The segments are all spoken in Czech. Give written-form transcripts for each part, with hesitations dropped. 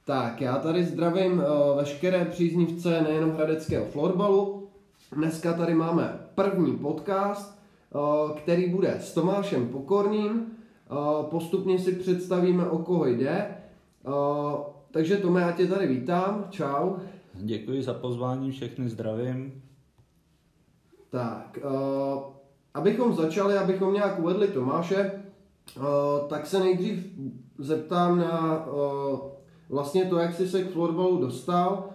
Tak, já tady zdravím veškeré příznivce nejenom hradeckého florbalu. Dneska tady máme první podcast, který bude s Tomášem Pokorným. Postupně si představíme, o koho jde. Takže Tome, já tě tady vítám. Čau. Děkuji za pozvání, všechny zdravím. Tak, abychom začali, abychom nějak uvedli Tomáše, tak se nejdřív zeptám na vlastně to, jak jsi se k florbalu dostal.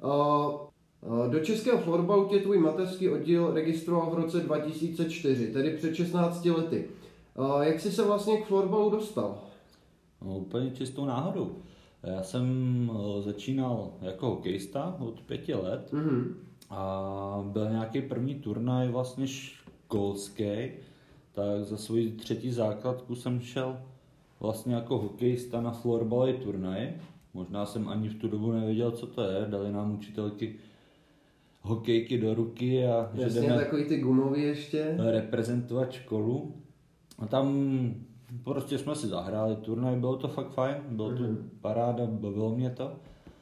Do českého florbalu tě tvůj mateřský oddíl registroval v roce 2004, tedy před 16 lety. Jak jsi se vlastně k florbalu dostal? No, úplně čistou náhodou. Já jsem začínal jako hokejista od 5 let a byl nějaký první turnaj vlastně školský, tak za svou 3. základku jsem šel vlastně jako hokejista na florbalový turnaj. Možná jsem ani v tu dobu nevěděl, co to je, dali nám učitelky hokejky do ruky a Jasně, že jdeme takový ty gumový ještě. reprezentovat školu. A tam prostě jsme si zahráli turnaj, bylo to fakt fajn, bylo to paráda, bavilo mě to.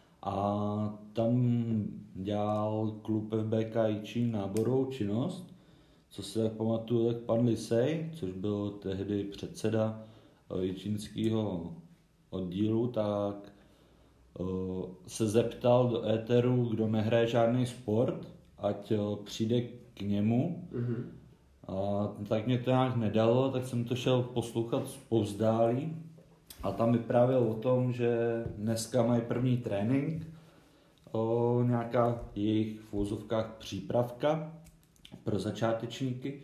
A tam dělal klub FBK Jičín náborovou činnost, co se tak pamatuju, tak pan Lisej, což byl tehdy předseda jičínského oddílu, tak se zeptal do éteru, kdo nehraje žádný sport, ať přijde k němu. A tak mě to nějak nedalo, tak jsem to šel poslouchat zpovzdálí a tam vyprávěl o tom, že dneska mají první trénink, nějaká jejich v uvozovkách přípravka pro začátečníky.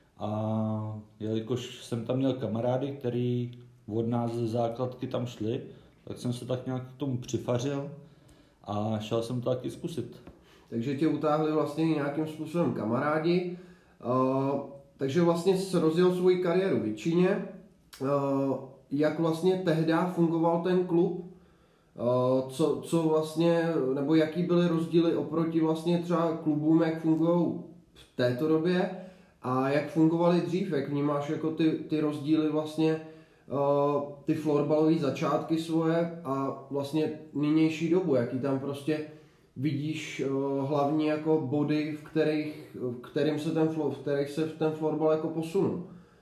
A jelikož jsem tam měl kamarády, který od nás ze základky tam šli, tak jsem se tak nějak k tomu přifařil a šel jsem to taky zkusit. Takže tě utáhli vlastně nějakým způsobem kamarádi. Takže vlastně jsi rozjel svoji kariéru v Jičíně. Jak vlastně tehdy fungoval ten klub? Co vlastně, nebo jaký byly rozdíly oproti vlastně třeba klubům, jak fungují v této době a jak fungovaly dřív? Jak vnímáš jako ty rozdíly vlastně, ty florbalové začátky svoje a vlastně nynější dobu, jaký tam prostě vidíš hlavní jako body, v kterých se ten florbal jako posunul?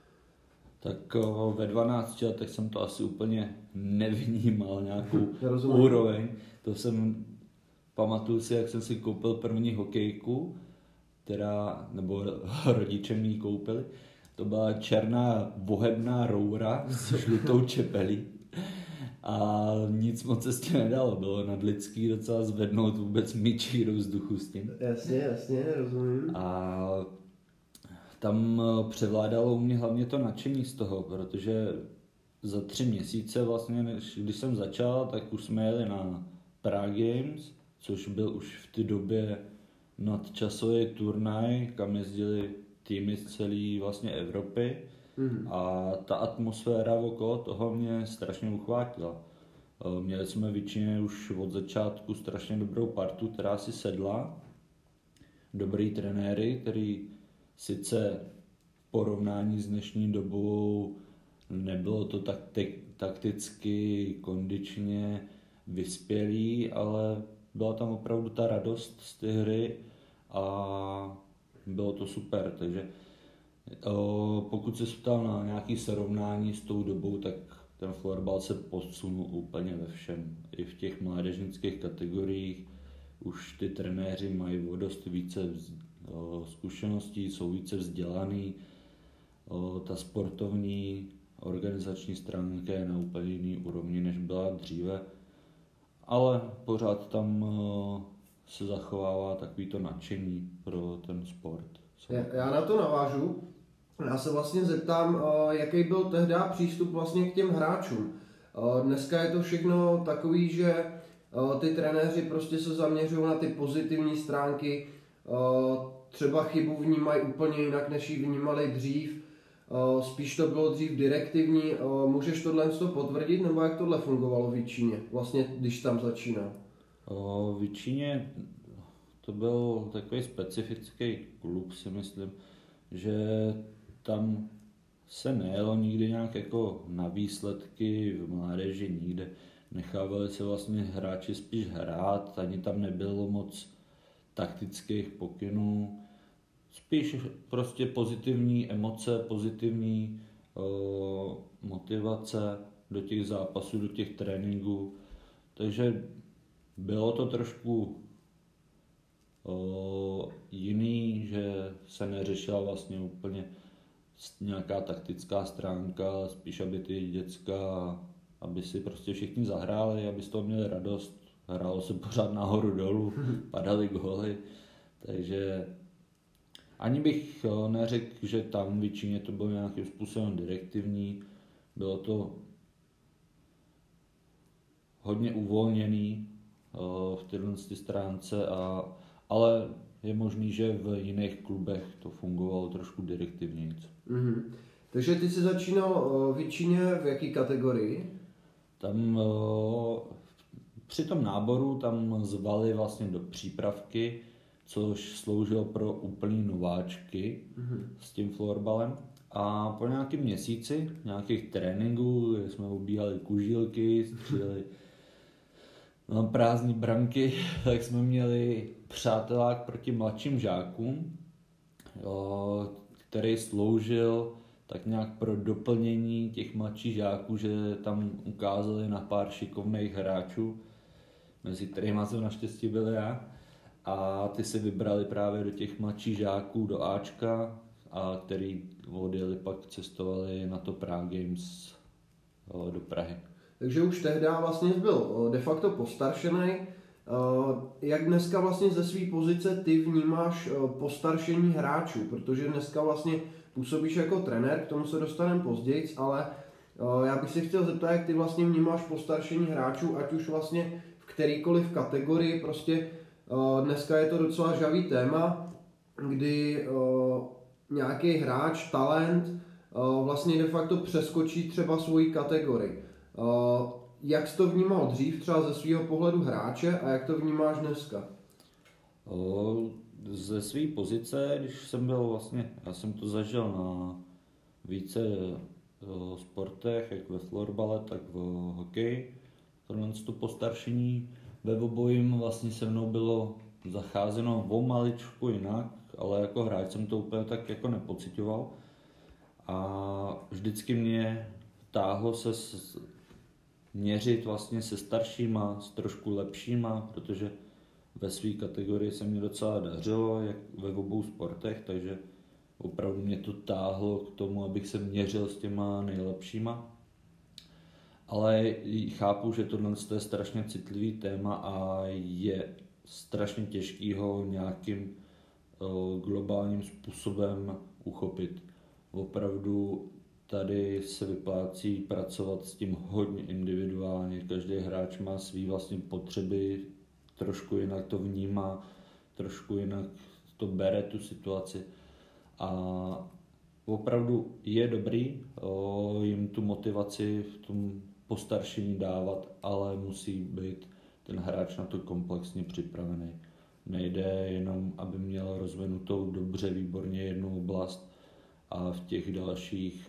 Tak ve 12 letech jsem to asi úplně nevnímal, nějakou úroveň. To jsem, pamatuju si, jak jsem si koupil první hokejku, nebo rodiče mi ji koupili. To byla černá bohebná roura s žlutou čepelí. A nic moc se s tím nedalo, bylo nadlidský docela zvednout vůbec míčí do vzduchu s tím. Jasně, rozumím. A tam převládalo u mě hlavně to nadšení z toho, protože za 3 měsíce vlastně, když jsem začal, tak už jsme jeli na Prague Games, což byl už v té době nadčasový turnaj, kam jezdili týmy z celé vlastně Evropy. A ta atmosféra okolo toho mě strašně uchvátila. Měli jsme většině už od začátku strašně dobrou partu, která si sedla. Dobrý trenéry, který sice v porovnání s dnešní dobou nebylo to tak takticky, kondičně vyspělý, ale byla tam opravdu ta radost z té hry a bylo to super, takže pokud se ptal na nějaké srovnání s tou dobou, tak ten florbal se posunul úplně ve všem. I v těch mládežnických kategoriích už ty trenéři mají o dost více zkušeností, jsou více vzdělaný. Ta sportovní organizační stránka je na úplně jiný úrovni, než byla dříve. Ale pořád tam se zachovává takovýto nadšení pro ten sport. Já na to navážu. Já se vlastně zeptám, jaký byl tehdy přístup vlastně k těm hráčům. Dneska je to všechno takový, že ty trenéři prostě se zaměřují na ty pozitivní stránky, třeba chybu vnímají úplně jinak, než ji vnímali dřív. Spíš to bylo dřív direktivní. Můžeš tohle potvrdit, nebo jak tohle fungovalo v Jičíně, vlastně když tam začínal? V Jičíně to byl takový specifický klub, si myslím, že tam se nejelo nikdy nějak jako na výsledky v mládeži nikde. nechávali se vlastně hráči spíš hrát, ani tam nebylo moc taktických pokynů, spíš prostě pozitivní emoce, pozitivní motivace do těch zápasů, do těch tréninků, takže bylo to trošku jiný, že se neřešila vlastně úplně nějaká taktická stránka, spíš aby ty děcka, aby si prostě všichni zahráli, aby z toho měli radost, hrálo se pořád nahoru dolů, padaly góly, takže ani bych neřekl, že tam většině to bylo nějakým způsobem direktivní, bylo to hodně uvolněný v této stránce, ale je možný, že v jiných klubech to fungovalo trošku direktivněji. Mm-hmm. Takže ty jsi začínal v Jičíně v jaký kategorii? Tam při tom náboru tam zvali vlastně do přípravky, což sloužilo pro úplný nováčky s tím florbalem. A po nějakém měsíci, nějakých tréninků, kde jsme ubíhali kužílky, stříleli na prázdné branky, tak jsme měli přátelák proti mladším žákům, který sloužil tak nějak pro doplnění těch mladších žáků, že tam ukázali na pár šikovných hráčů, mezi kterými jsem naštěstí byl já. A ty si vybrali právě do těch mladších žáků do Ačka, a který odjeli pak cestovali na to Prague Games do Prahy. Takže už tehdy vlastně byl de facto postaršený. Jak dneska vlastně ze své pozice ty vnímáš postaršení hráčů? Protože dneska vlastně působíš jako trenér, k tomu se dostaneme později, ale já bych se chtěl zeptat, jak ty vlastně vnímáš postaršení hráčů, ať už vlastně v kterýkoliv kategorii, prostě dneska je to docela žavý téma, kdy nějaký hráč, talent, vlastně de facto přeskočí třeba svoji kategorii. Jak jsi to vnímal dřív, třeba ze svého pohledu hráče, a jak to vnímáš dneska? Ze své pozice, když jsem byl vlastně, já jsem to zažil na více sportech, jak ve florbale, tak v hokeji. Tohle to postaršení ve obojím vlastně se mnou bylo zacházeno o maličku jinak, ale jako hráč jsem to úplně tak jako nepocitoval. A vždycky mě táhlo se měřit vlastně se staršíma, s trošku lepšíma, protože ve své kategorii se mi docela dařilo, jak ve obou sportech, takže opravdu mě to táhlo k tomu, abych se měřil s těma nejlepšíma. Ale chápu, že tohle je strašně citlivý téma a je strašně těžký ho nějakým globálním způsobem uchopit. Opravdu tady se vyplácí pracovat s tím hodně individuálně. Každý hráč má svý vlastně potřeby, trošku jinak to vnímá, trošku jinak to bere tu situaci. A opravdu je dobrý jim tu motivaci v tom postaršení dávat, ale musí být ten hráč na to komplexně připravený. Nejde jenom, aby měl rozvinutou dobře, výborně jednu oblast a v těch dalších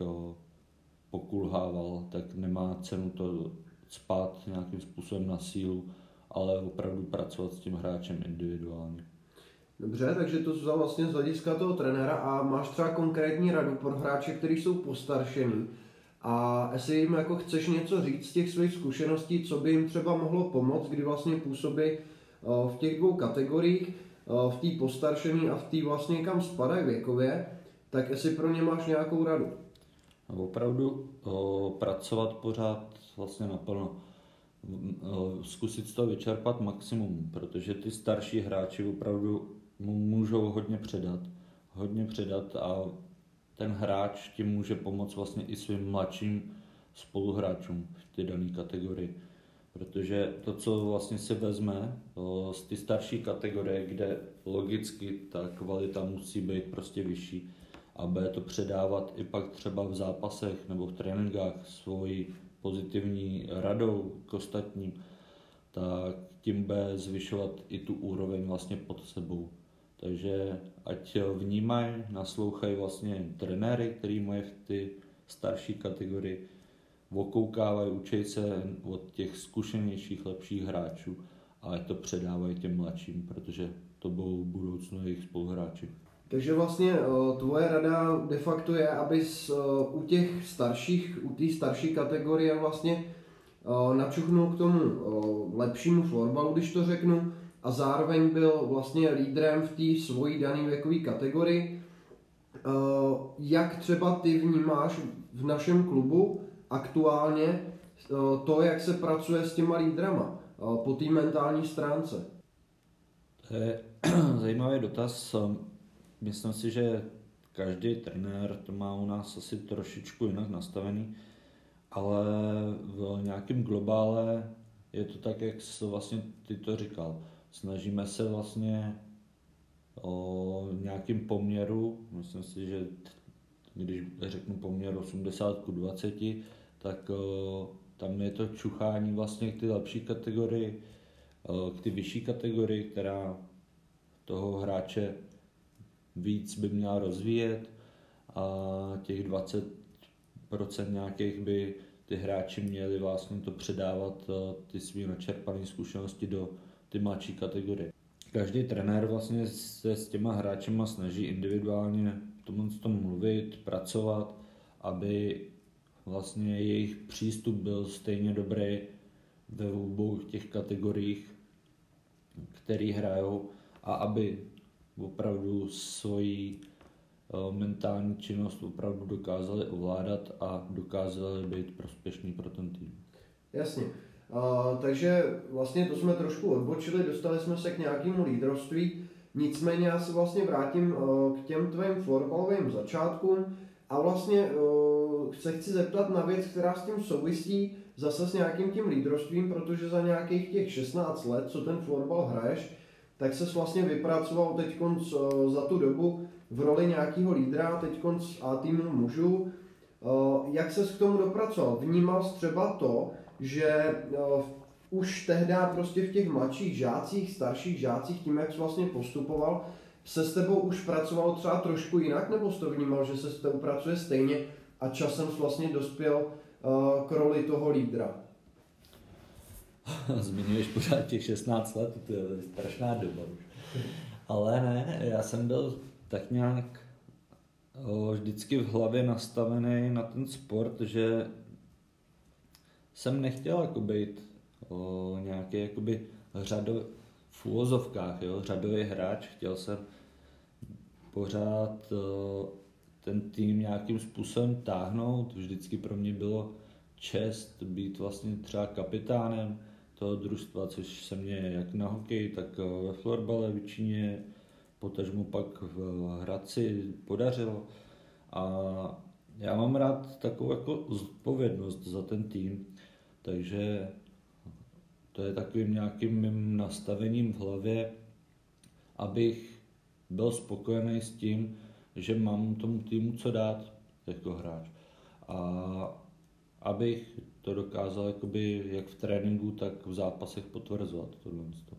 pokulhával, tak nemá cenu to spát nějakým způsobem na sílu, ale opravdu pracovat s tím hráčem individuálně. Dobře, takže to vzal vlastně z hlediska toho trenéra a máš třeba konkrétní radu pro hráče, kteří jsou postaršení a jestli jim jako chceš něco říct z těch svých zkušeností, co by jim třeba mohlo pomoct, kdy vlastně působí v těch dvou kategoriích, v té postaršení a v té vlastně kam spadají věkově, tak jestli pro ně máš nějakou radu. Opravdu pracovat pořád vlastně naplno. Zkusit z toho vyčerpat maximum, protože ty starší hráči opravdu mu můžou hodně předat a ten hráč tím může pomoct vlastně i svým mladším spoluhráčům v té dané kategorii. Protože to, co vlastně si vezme z ty starší kategorie, kde logicky ta kvalita musí být prostě vyšší a bude to předávat i pak třeba v zápasech nebo v tréninkách svoji pozitivní radou k ostatním, tak tím bude zvyšovat i tu úroveň vlastně pod sebou. Takže ať vnímají, naslouchají vlastně trenéry, který mají v ty starší kategorii, okoukávají, učí se od těch zkušenějších, lepších hráčů, ale to předávají těm mladším, protože to budou v budoucnu jejich spoluhráči. Takže vlastně tvoje rada de facto je, abys u té starší kategorie vlastně načuchnul k tomu lepšímu florbalu, když to řeknu, a zároveň byl vlastně lídrem v té svojí dané věkové kategorii. Jak třeba ty vnímáš v našem klubu aktuálně to, jak se pracuje s těma lídrama po té mentální stránce? To je zajímavý dotaz. Myslím si, že každý trenér to má u nás asi trošičku jinak nastavený, ale v nějakém globále je to tak, jak vlastně ty to říkal. Snažíme se vlastně o nějakém poměru, myslím si, že když řeknu poměr 80:20, tak tam je to čuchání vlastně k ty lepší kategorii, k ty vyšší kategorii, která toho hráče víc by měla rozvíjet, a těch 20% nějakých by ty hráči měli vlastně to předávat ty svý načerpané zkušenosti do ty mladší kategorie. Každý trenér vlastně se s těma hráčema snaží individuálně tomu mluvit, pracovat, aby vlastně jejich přístup byl stejně dobrý ve obou těch kategoriích, který hrajou, a aby opravdu svoji mentální činnost opravdu dokázali ovládat a dokázali být prospěšní pro ten tým. Jasně. Takže vlastně to jsme trošku odbočili, dostali jsme se k nějakému lídrovství, nicméně já se vlastně vrátím k těm tvým florbalovým začátkům a vlastně se chci zeptat na věc, která s tím souvisí zase s nějakým tím lídrovstvím, protože za nějakých těch 16 let, co ten florbal hraješ, tak ses vlastně vypracoval teďkonc za tu dobu v roli nějakého lídra, teďkonc A týmu mužů. Jak ses k tomu dopracoval? Vnímal jsi třeba to, že už tehdy prostě v těch mladších žácích, starších žácích, tím jak jsi vlastně postupoval, se s tebou už pracovalo třeba trošku jinak, nebo jsi to vnímal, že se s tebou pracuje stejně a časem jsi vlastně dospěl k roli toho lídra? Zmiňuješ pořád těch 16 let, to je strašná doba už. Ale ne, já jsem byl tak nějak vždycky v hlavě nastavený na ten sport, že jsem nechtěl jako být nějaký jakoby v úvozovkách, řadový hráč. Chtěl jsem pořád ten tým nějakým způsobem táhnout. Vždycky pro mě bylo čest být vlastně třeba kapitánem toho družstva, což se mě jak na hokej, tak ve florbale většině, potažmo pak v Hradci podařilo. A já mám rád takovou jako zodpovědnost za ten tým, takže to je takovým nějakým mým nastavením v hlavě, abych byl spokojený s tím, že mám tomu týmu co dát jako hráč. A abych to dokázal jakoby jak v tréninku, tak v zápasech potvrzovat tohle.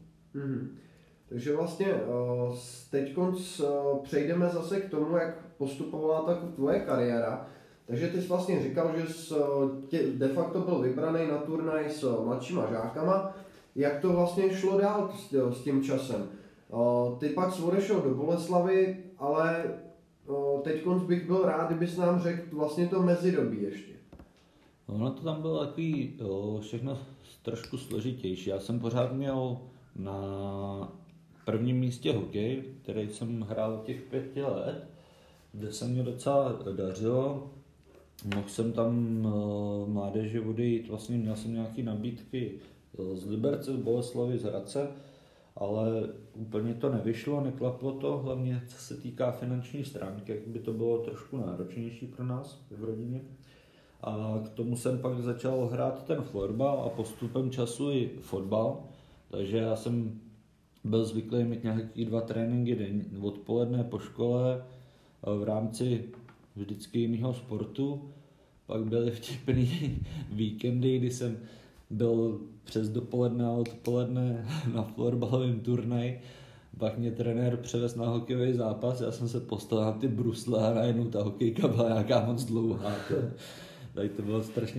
Takže vlastně teď přejdeme zase k tomu, jak postupovala ta tvoje kariéra. Takže ty jsi vlastně říkal, že jsi de facto byl vybraný na turnaj s mladšíma žákama. Jak to vlastně šlo dál s tím časem? Ty pak odešel do Boleslavy, ale teď bych byl rád, kdybys nám řekl vlastně to mezidobí ještě. Ono to tam bylo takový všechno trošku složitější. Já jsem pořád měl na prvním místě hokej, který jsem hrál těch 5 let, kde se mě docela dařilo. Mohl jsem tam mládeži odejít, vlastně měl jsem nějaké nabídky z Liberce, z Boleslavy, z Hradce, ale úplně to nevyšlo, neklaplo to, hlavně co se týká finanční stránky, jak by to bylo trošku náročnější pro nás v rodině. A k tomu jsem pak začal hrát ten florbal a postupem času i fotbal, takže já jsem byl zvyklý mít nějaký 2 tréninky odpoledne po škole v rámci vždycky jiného sportu. Pak byly vtipný víkendy, kdy jsem byl přes dopoledne a odpoledne na florbalovém turnaji. Pak mě trenér převez na hokejový zápas, já jsem se postavil na ty brusle a najednou ta hokejka byla nějaká moc dlouhá. Tady to bylo strašně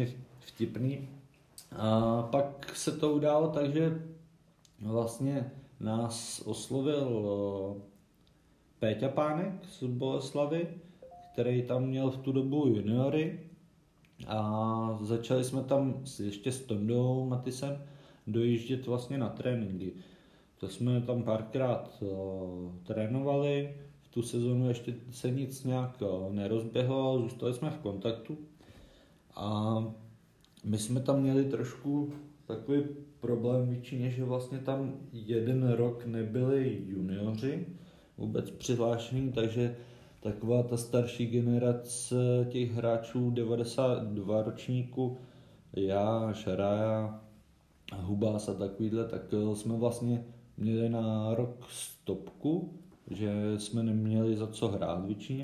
vtipný. A pak se to událo tak, že vlastně nás oslovil Péťa Pánek z Boleslavy, který tam měl v tu dobu juniory a začali jsme tam ještě s Tondou Matisem dojíždět vlastně na tréninky. To jsme tam párkrát trénovali, v tu sezonu ještě se nic nějak nerozběhlo, zůstali jsme v kontaktu a my jsme tam měli trošku takový problém většině, že vlastně tam jeden rok nebyli junioři vůbec přihlášení, takže taková ta starší generace těch hráčů 92 ročníků, já, Šaraja, Hubás a takovýhle, tak jsme vlastně měli na rok stopku, že jsme neměli za co hrát většině.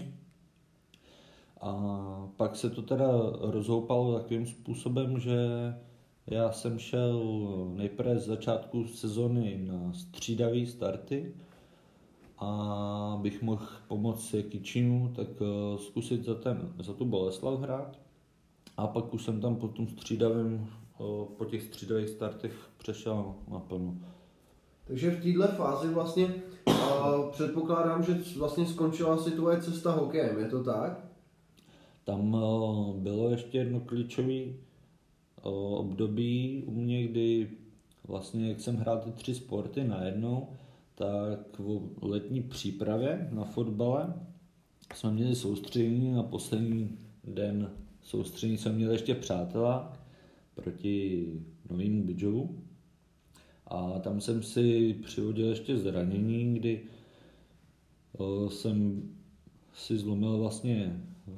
A pak se to teda rozhoupalo takovým způsobem, že já jsem šel nejprve z začátku sezony na střídavý starty a bych mohl pomoct Kyčínu, tak zkusit za tu Boleslav hrát. A pak už jsem tam po těch střídavých startech přešel naplno. Takže v této fázi vlastně předpokládám, že vlastně skončila si tvoje cesta hokejem, je to tak? Tam bylo ještě jedno klíčové období u mě, kdy vlastně, jak jsem hrál ty 3 sporty najednou, tak v letní přípravě na fotbale jsme měli soustředění, na poslední den soustředění jsme měli ještě Přátela proti Novému Bydžovu a tam jsem si přivodil ještě zranění, kdy jsem si zlomil vlastně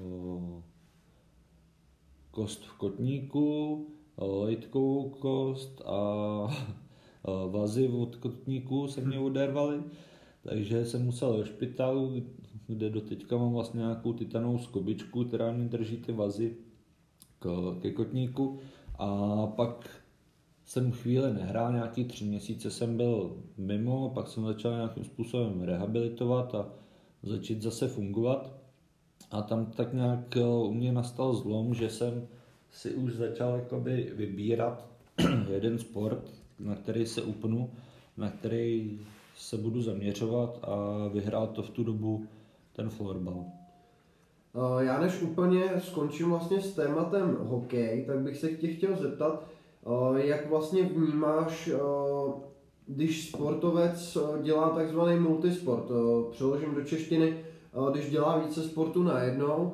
kost v kotníku, lejtkovou kost a vazy od kotníku se mě odervaly, takže jsem musel do špitálu, kde doteďka mám vlastně nějakou titanovou skobičku, která mě drží ty vazy ke kotníku a pak jsem chvíli nehrál, nějaký 3 měsíce jsem byl mimo, pak jsem začal nějakým způsobem rehabilitovat a začít zase fungovat. A tam tak nějak u mě nastal zlom, že jsem si už začal jakoby vybírat jeden sport, na který se upnu, na který se budu zaměřovat a vyhrál to v tu dobu ten florbal. Já než úplně skončím vlastně s tématem hokej, tak bych se tě chtěl zeptat, jak vlastně vnímáš, když sportovec dělá takzvaný multisport, přeložím do češtiny, když dělá více sportu najednou,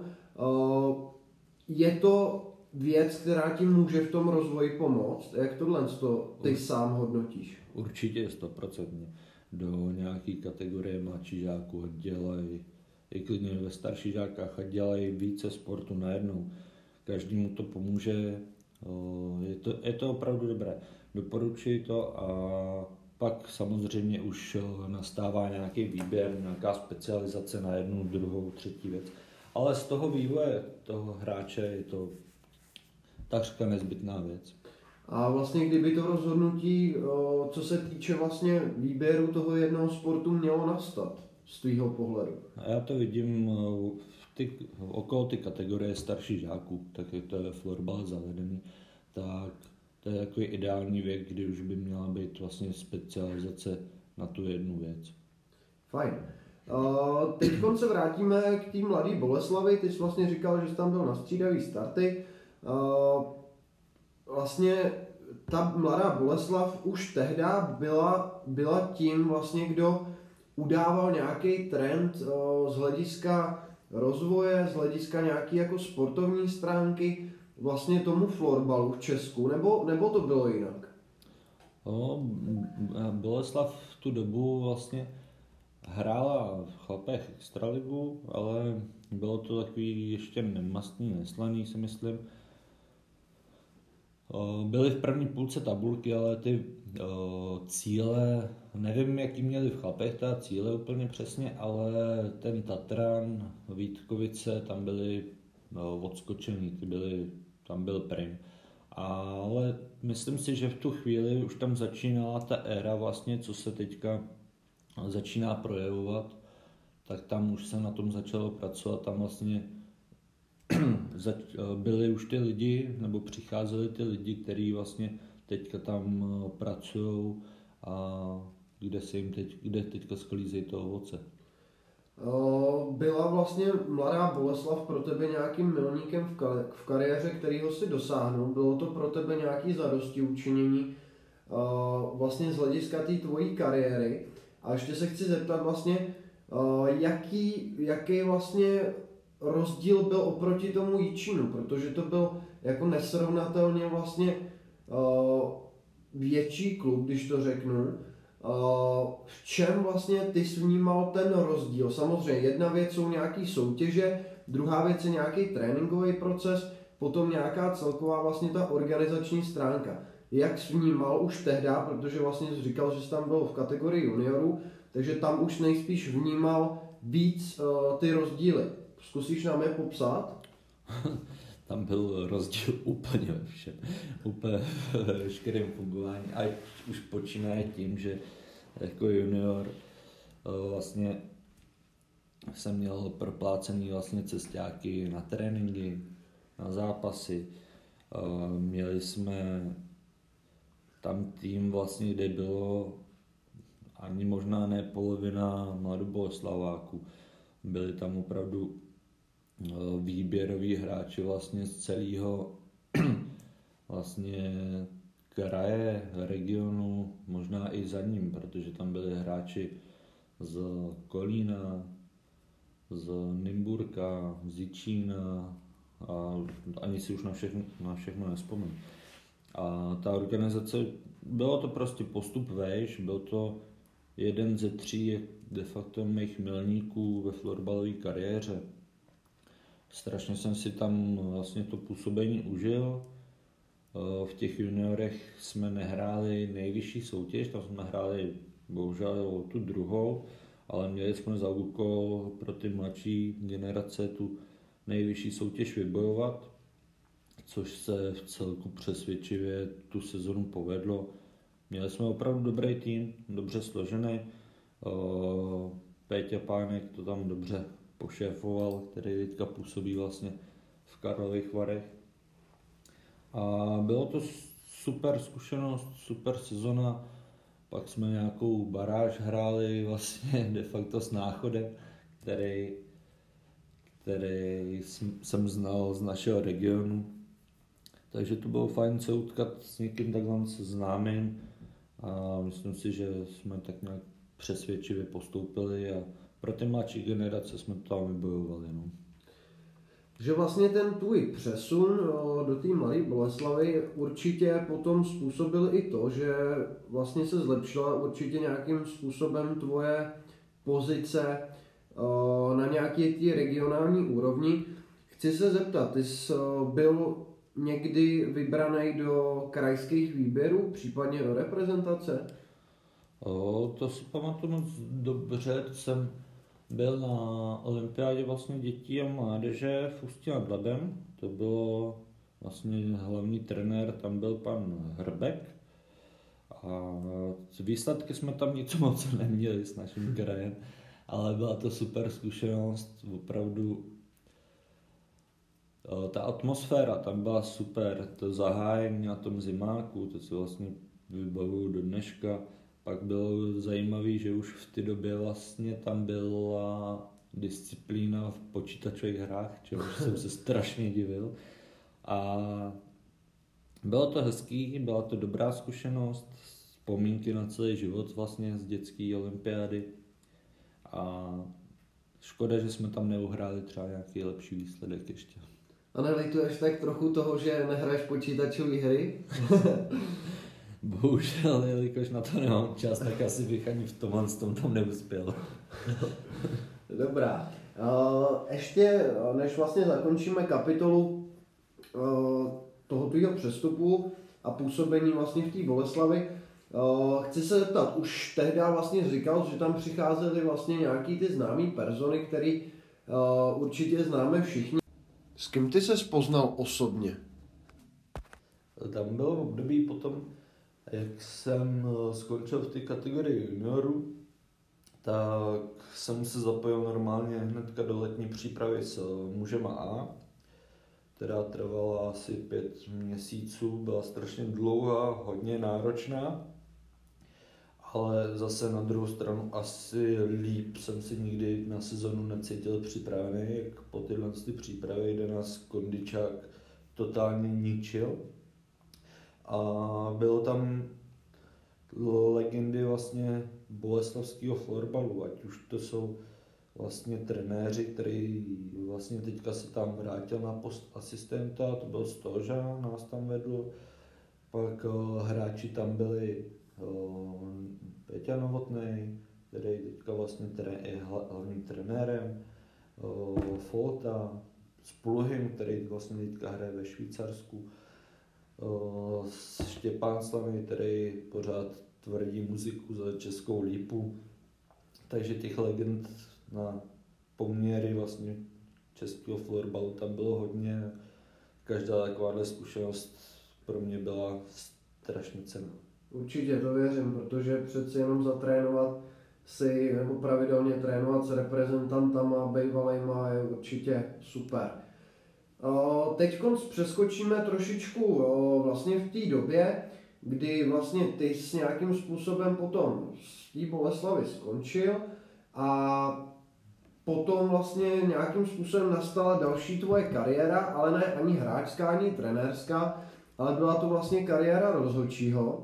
je to věc, která ti může v tom rozvoji pomoct? Jak tohle ty sám hodnotíš? Určitě 100%. Do nějaké kategorie mladší žáků dělají, i klidně ve starších žákách, a dělají více sportu najednou. Každému to pomůže, je to opravdu dobré. Doporučuji to a pak samozřejmě už nastává nějaký výběr, nějaká specializace na jednu, druhou, třetí věc. Ale z toho vývoje toho hráče je to takřka nezbytná věc. A vlastně kdyby to rozhodnutí, co se týče vlastně výběru toho jednoho sportu, mělo nastat z tvýho pohledu? A já to vidím okolo ty kategorie starších žáků, tak je to florbal zavedený, tak to je takový ideální věk, kdy už by měla být vlastně specializace na tu jednu věc. Fajn. Teď se vrátíme k té mladé Boleslavi. Ty jsi vlastně říkal, že jsi tam byl na střídavý starty. Vlastně ta mladá Boleslav už tehdy byla tím vlastně, kdo udával nějaký trend z hlediska rozvoje, z hlediska nějaký jako sportovní stránky vlastně tomu florbalu v Česku, nebo to bylo jinak? Boleslav v tu dobu vlastně hrála v chlapech extraligu, ale bylo to takový ještě nemastný, neslaný, si myslím. Byly v první půlce tabulky, ale ty cíle, nevím, jaký měli v chlapech ta cíle úplně přesně, ale ten Tatran, Vítkovice, tam byly odskočený, tam byl prim. Ale myslím si, že v tu chvíli už tam začínala ta éra vlastně, co se teďka začíná projevovat, tak tam už se na tom začalo pracovat, tam vlastně byli už ty lidi, nebo přicházeli ty lidi, kteří vlastně teďka tam pracují a kde teďka sklízejí to ovoce. Byla vlastně Mladá Boleslav pro tebe nějakým milníkem v kariéře, kterýho si dosáhnul? Bylo to pro tebe nějaký zadostiučinění vlastně z hlediska té tvojí kariéry? A ještě se chci zeptat vlastně, jaký vlastně rozdíl byl oproti tomu Jičínu, protože to byl jako nesrovnatelně vlastně větší klub, když to řeknu. V čem vlastně ty jsi vnímal ten rozdíl? Samozřejmě jedna věc jsou nějaký soutěže, druhá věc je nějaký tréninkový proces, potom nějaká celková vlastně ta organizační stránka. Jak jsi vnímal už tehdy, protože vlastně jsi říkal, že jsi tam byl v kategorii juniorů, takže tam už nejspíš vnímal víc ty rozdíly. Zkusíš nám je popsat? Tam byl rozdíl úplně ve všem, úplně ve veškerém fungování, ať už počínaje tím, že jako junior vlastně jsem měl proplácený vlastně cestáky na tréninky, na zápasy. Měli jsme tam tým vlastně, kde bylo ani možná ne polovina mladoboleslaváků. Byli tam opravdu výběroví hráči vlastně z celého vlastně kraje, regionu, možná i za ním, protože tam byli hráči z Kolína, z Nymburka, z Jičína a ani si už na všechno nevzpomínám. A ta organizace, bylo to prostě postup vejš, byl to jeden ze 3 de facto mých milníků ve florbalové kariéře. Strašně jsem si tam vlastně to působení užil. V těch juniorech jsme nehráli nejvyšší soutěž, tam jsme hráli bohužel tu druhou, ale měli jsme za úkol pro ty mladší generace tu nejvyšší soutěž vybojovat, což se v celku přesvědčivě tu sezonu povedlo. Měli jsme opravdu dobrý tým, dobře složený. Péťa Pánek to tam dobře pošéfoval, který teďka působí vlastně v Karlových Varech. A bylo to super zkušenost, super sezona. Pak jsme nějakou baráž hráli vlastně de facto s Náchodem, který jsem znal z našeho regionu. Takže to bylo fajn se utkat s někým takhle známým a myslím si, že jsme tak nějak přesvědčivě postoupili a pro ty mladší generace jsme to tam vybojovali. No. Že vlastně ten tvůj přesun do té Mladé Boleslavy určitě potom způsobil i to, že vlastně se zlepšila určitě nějakým způsobem tvoje pozice na nějaké té regionální úrovni. Chci se zeptat, ty jsi byl někdy vybraný do krajských výběrů, případně do reprezentace? To si pamatuju moc dobře, jsem byl na olympiádě vlastně dětí a mládeže v Ústí nad Labem. To bylo vlastně hlavní trenér, tam byl pan Hrbek. A výsledky jsme tam nic moc neměli s naším krajem, ale byla to super zkušenost, opravdu. Ta atmosféra tam byla super, to zahájení na tom zimáku, to si vlastně vybavuju do dneška. Pak bylo zajímavé, že už v té době vlastně tam byla disciplína v počítačových hrách, čemuž jsem se strašně divil. A bylo to hezký, byla to dobrá zkušenost, vzpomínky na celý život vlastně z dětské olympiády. A škoda, že jsme tam neuhráli třeba nějaký lepší výsledek ještě. A nelituješ tak trochu toho, že nehraješ počítačové hry? Bohužel, jelikož na to nemám čas, tak asi bych ani v tom tam neuspěl. Dobrá. Ještě než vlastně zakončíme kapitolu toho tvýho přestupu a působení vlastně v té Boleslavi, chci se zeptat, už tehdy vlastně říkal, že tam přicházely vlastně nějaký ty známý persony, který určitě známe všichni. S kým ty se poznal osobně? Tam bylo období potom, jak jsem skončil v té kategorii juniorů, tak jsem se zapojil normálně hnedka do letní přípravy s mužema A. která trvala asi 5 měsíců, byla strašně dlouhá, hodně náročná, ale zase na druhou stranu asi líp jsem si nikdy na sezonu necítil připravený, jak po tyhle přípravy, kde nás kondičák totálně ničil. A bylo tam legendy vlastně boleslavského florbalu, ať už to jsou vlastně trenéři, který vlastně teďka se tam vrátil na post asistenta, to byl Stoža, nás tam vedl, pak hráči tam byli Peťa Novotný, který teďka vlastně je hlavním trenérem, Folta, Spluhym, který vlastně teďka hraje ve Švýcarsku, Štěpán Slavný, který pořád tvrdí muziku za Českou lípu. Takže těch legend na poměry vlastně českého florbalu tam bylo hodně. Každá takováhle zkušenost pro mě byla strašně cenná. Určitě to věřím, protože přeci jenom zatrénovat si nebo pravidelně trénovat s reprezentantama bývalejma je určitě super. Teď přeskočíme trošičku vlastně v té době, kdy vlastně ty s nějakým způsobem potom z té Boleslavy skončil a potom vlastně nějakým způsobem nastala další tvoje kariéra, ale ne ani hráčská, ani trenérská, ale byla to vlastně kariéra rozhodčího.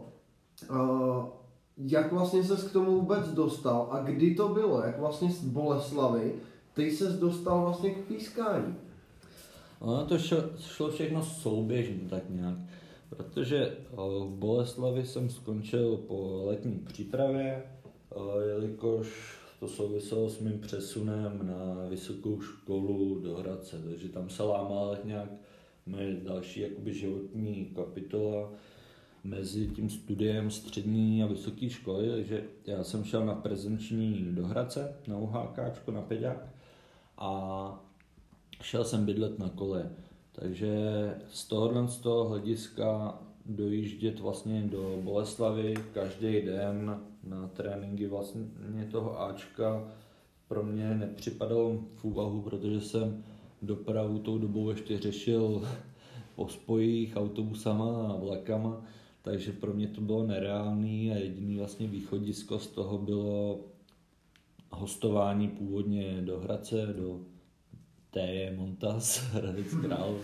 Jak vlastně ses k tomu vůbec dostal a kdy to bylo, jak vlastně z Boleslavy ty ses dostal vlastně k pískání? Ono to šlo všechno souběžně tak nějak, protože v Boleslavi jsem skončil po letní přípravě, jelikož to souviselo s mým přesunem na vysokou školu do Hradce, takže tam se lámala nějak moje další jakoby životní kapitola mezi tím studiem střední a vysoké školy, takže já jsem šel na prezenční do Hradce, na UHK, na Peďák a šel jsem bydlet na kole. Takže z toho hlediska dojíždět vlastně do Boleslavy každý den na tréninky vlastně toho Ačka pro mě nepřipadalo v úvahu, protože jsem dopravu tou dobou ještě řešil po spojích autobusama a vlakama, takže pro mě to bylo nereálný a jediný vlastně východisko z toho bylo hostování původně do Hradce, do T. Montas, Hradec Králové.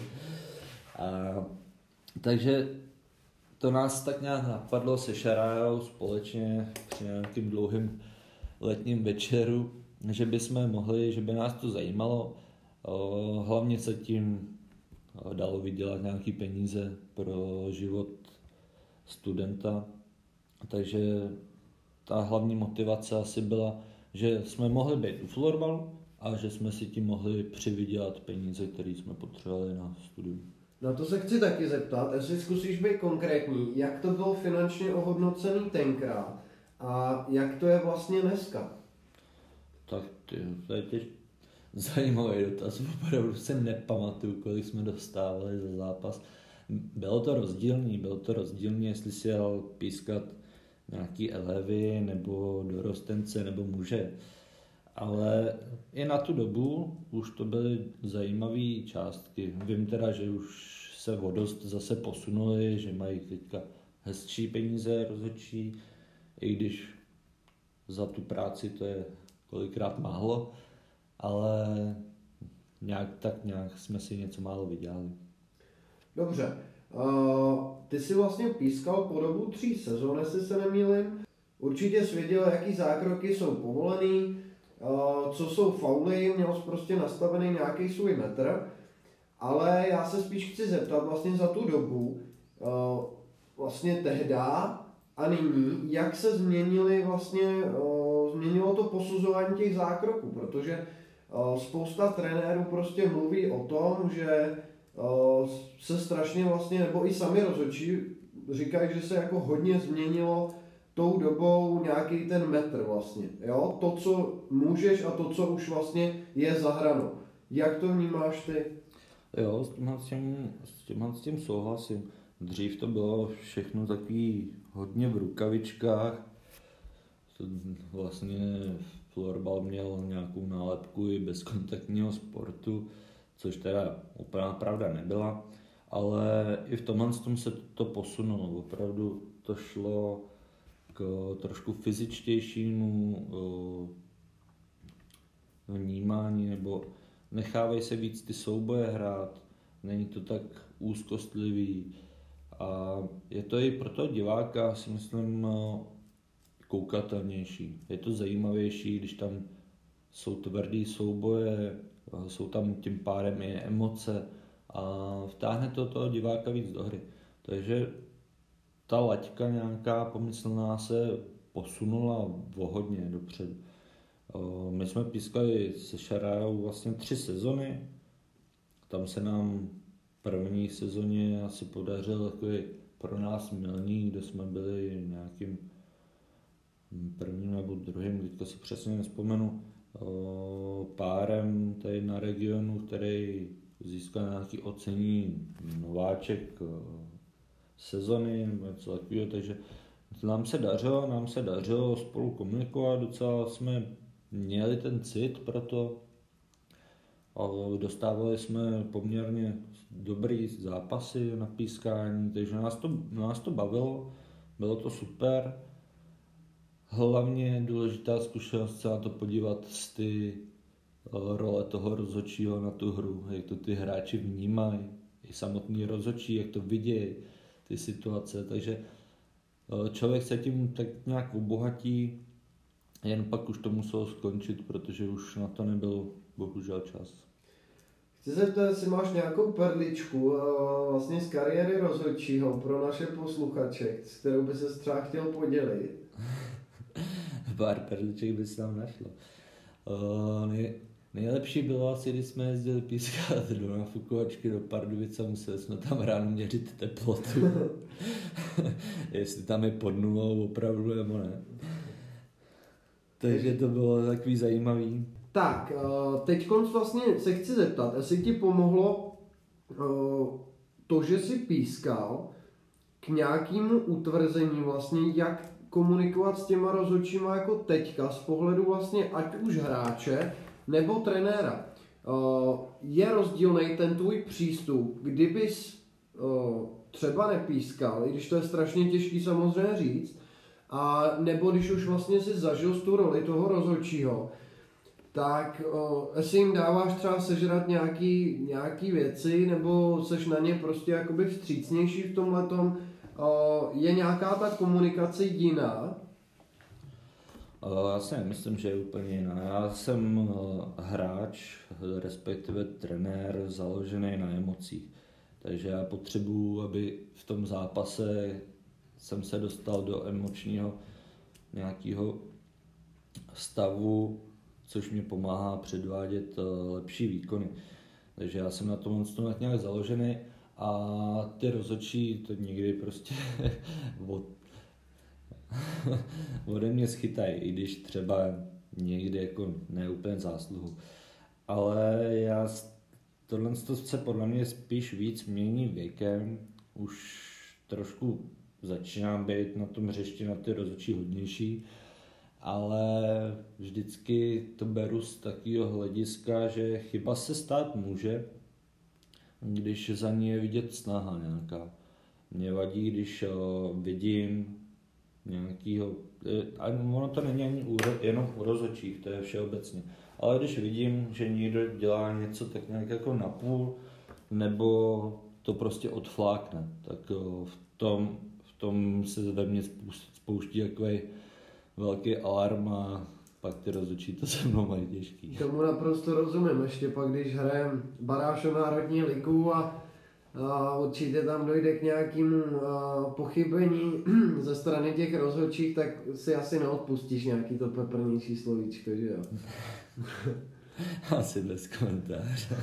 Takže to nás tak nějak napadlo se Šarajou společně při nějakým dlouhým letním večeru, že bychom mohli, že by nás to zajímalo. Hlavně se tím dalo vydělat nějaký peníze pro život studenta. Takže ta hlavní motivace asi byla, že jsme mohli být u florbalu a že jsme si tím mohli přivydělat peníze, které jsme potřebovali na studium. Na to se chci taky zeptat, jestli zkusíš být konkrétní, jak to bylo finančně ohodnocený tenkrát a jak to je vlastně dneska? Tak to je těž zajímavý dotaz, opravdu se nepamatuju, kolik jsme dostávali za zápas. Bylo to rozdílný, jestli si jel pískat nějaký elevy nebo dorostence nebo muže. Ale i na tu dobu už to byly zajímavé částky. Vím teda, že už se o dost zase posunuli, že mají teďka hezčí peníze rozhodčí, i když za tu práci to je kolikrát málo, ale nějak jsme si něco málo vydělali. Dobře, ty jsi vlastně pískal po dobu 3 sezon, jestli se nemýlím. Určitě jsi věděl, jaký zákroky jsou povolený, co jsou fauly, měl jsi prostě nastavený nějaký svůj metr, ale já se spíš chci zeptat vlastně za tu dobu, vlastně tehda a nyní, jak se změnilo to posuzování těch zákroků, protože spousta trenérů prostě mluví o tom, že se strašně vlastně, nebo i sami rozhodčí říkají, že se jako hodně změnilo tou dobou nějaký ten metr vlastně, jo? To, co můžeš a to, co už vlastně je za hranou. Jak to vnímáš ty? Jo, s tím souhlasím. Dřív to bylo všechno takový hodně v rukavičkách. Vlastně florbal měl nějakou nálepku i bezkontaktního sportu, což teda úplná pravda nebyla, ale i v tomhle tom se to posunulo. Opravdu to šlo k trošku fyzičtějšímu vnímání, nebo nechávají se víc ty souboje hrát, není to tak úzkostlivý a je to i pro toho diváka, si myslím, koukatelnější. Je to zajímavější, když tam jsou tvrdý souboje, jsou tam tím pádem i emoce a vtáhne to toho diváka víc do hry. Takže ta laťka nějaká pomyslná se posunula o hodně dopředu. My jsme pískali se Šarajou vlastně 3 sezony. Tam se nám v první sezóně asi podařil takový pro nás milník, kde jsme byli nějakým prvním nebo druhým, teďka si přesně nespomenu, párem tady na regionu, který získal nějaký ocenění nováček sezony nebo něco takového, takže nám se dařilo spolu komunikovat, docela jsme měli ten cit pro to, ale dostávali jsme poměrně dobrý zápasy na pískání, takže nás to bavilo, bylo to super. Hlavně důležitá zkušenost se na to podívat z ty role toho rozhodčího na tu hru, jak to ty hráči vnímají, i samotný rozhodčí, jak to vidějí, ty situace, takže člověk se tím tak nějak obohatí, jen pak už to muselo skončit, protože už na to nebyl bohužel čas. Chci se zeptat, jestli máš nějakou perličku vlastně z kariéry rozhodčího pro naše posluchače, s kterou by se třeba chtěl podělit. Pár perliček by se tam našlo. Nejlepší bylo asi, když jsme jezdili pískat do nafukovačky do Pardubic a museli jsme tam ráno měřit teplotu. Jestli tam je pod nulou opravdu nebo ne. Takže to bylo takový zajímavý. Tak, teď vlastně se chci zeptat, jestli ti pomohlo to, že jsi pískal k nějakému utvrzení vlastně, jak komunikovat s těma rozhodčíma jako teďka z pohledu vlastně ať už hráče nebo trenéra. Je rozdílný ten tvůj přístup, kdybys třeba nepískal, i když to je strašně těžký samozřejmě říct, a nebo když už vlastně si zažil tu roli toho rozhodčího, tak jestli jim dáváš třeba sežrat nějaký věci, nebo seš na ně prostě jakoby vstřícnější v tomhletom, je nějaká ta komunikace jiná? Já si nemyslím, že je úplně jiná. Já jsem hráč, respektive trenér, založený na emocích. Takže já potřebuji, aby v tom zápase jsem se dostal do emočního nějakého stavu, což mě pomáhá předvádět lepší výkony. Takže já jsem na tom tak nějak založený a ty rozhodčí to někdy prostě ode mě schytají, i když třeba někdy jako neúplně zásluhu. Ale tohle se podle mě spíš víc mění věkem, už trošku začínám být na tom hřišti na ty rozhodčí hodnější, ale vždycky to beru z takového hlediska, že chyba se stát může, když za ní je vidět snaha nějaká. Mně vadí, když vidím nějakýho, a ono to není ani jenom u rozhodčích, to je všeobecně, ale když vidím, že někdo dělá něco tak nějak jako napůl, nebo to prostě odflákne, tak v tom se ve mně spouští takový velký alarm a pak ty rozhodčí to se mnou mají těžký. Tomu naprosto rozumím, ještě pak když hrajeme baráž o národní ligu a určitě tam dojde k nějakému pochybení ze strany těch rozhodčích, tak si asi neodpustíš nějaký to peprnější slovíčko, že jo? Asi bez komentáře.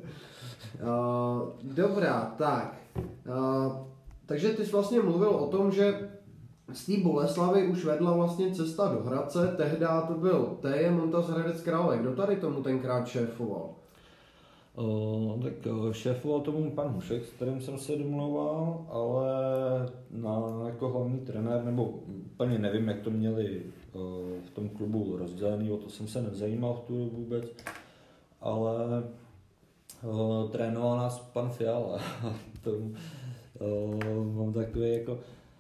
Dobrá, tak. Takže ty jsi vlastně mluvil o tom, že z té Boleslavy už vedla vlastně cesta do Hradce, tehdy to byl TJ Montaz Hradec Králové. Kdo tady tomu tenkrát šéfoval? Tak šéfoval tomu pan Hušek, s kterým jsem se domlouval, ale jako hlavní trenér, nebo úplně nevím, jak to měli v tom klubu rozdělený, o to jsem se nezajímal v tu dobu vůbec, ale Trénoval nás pan Fiala. Mám takový jako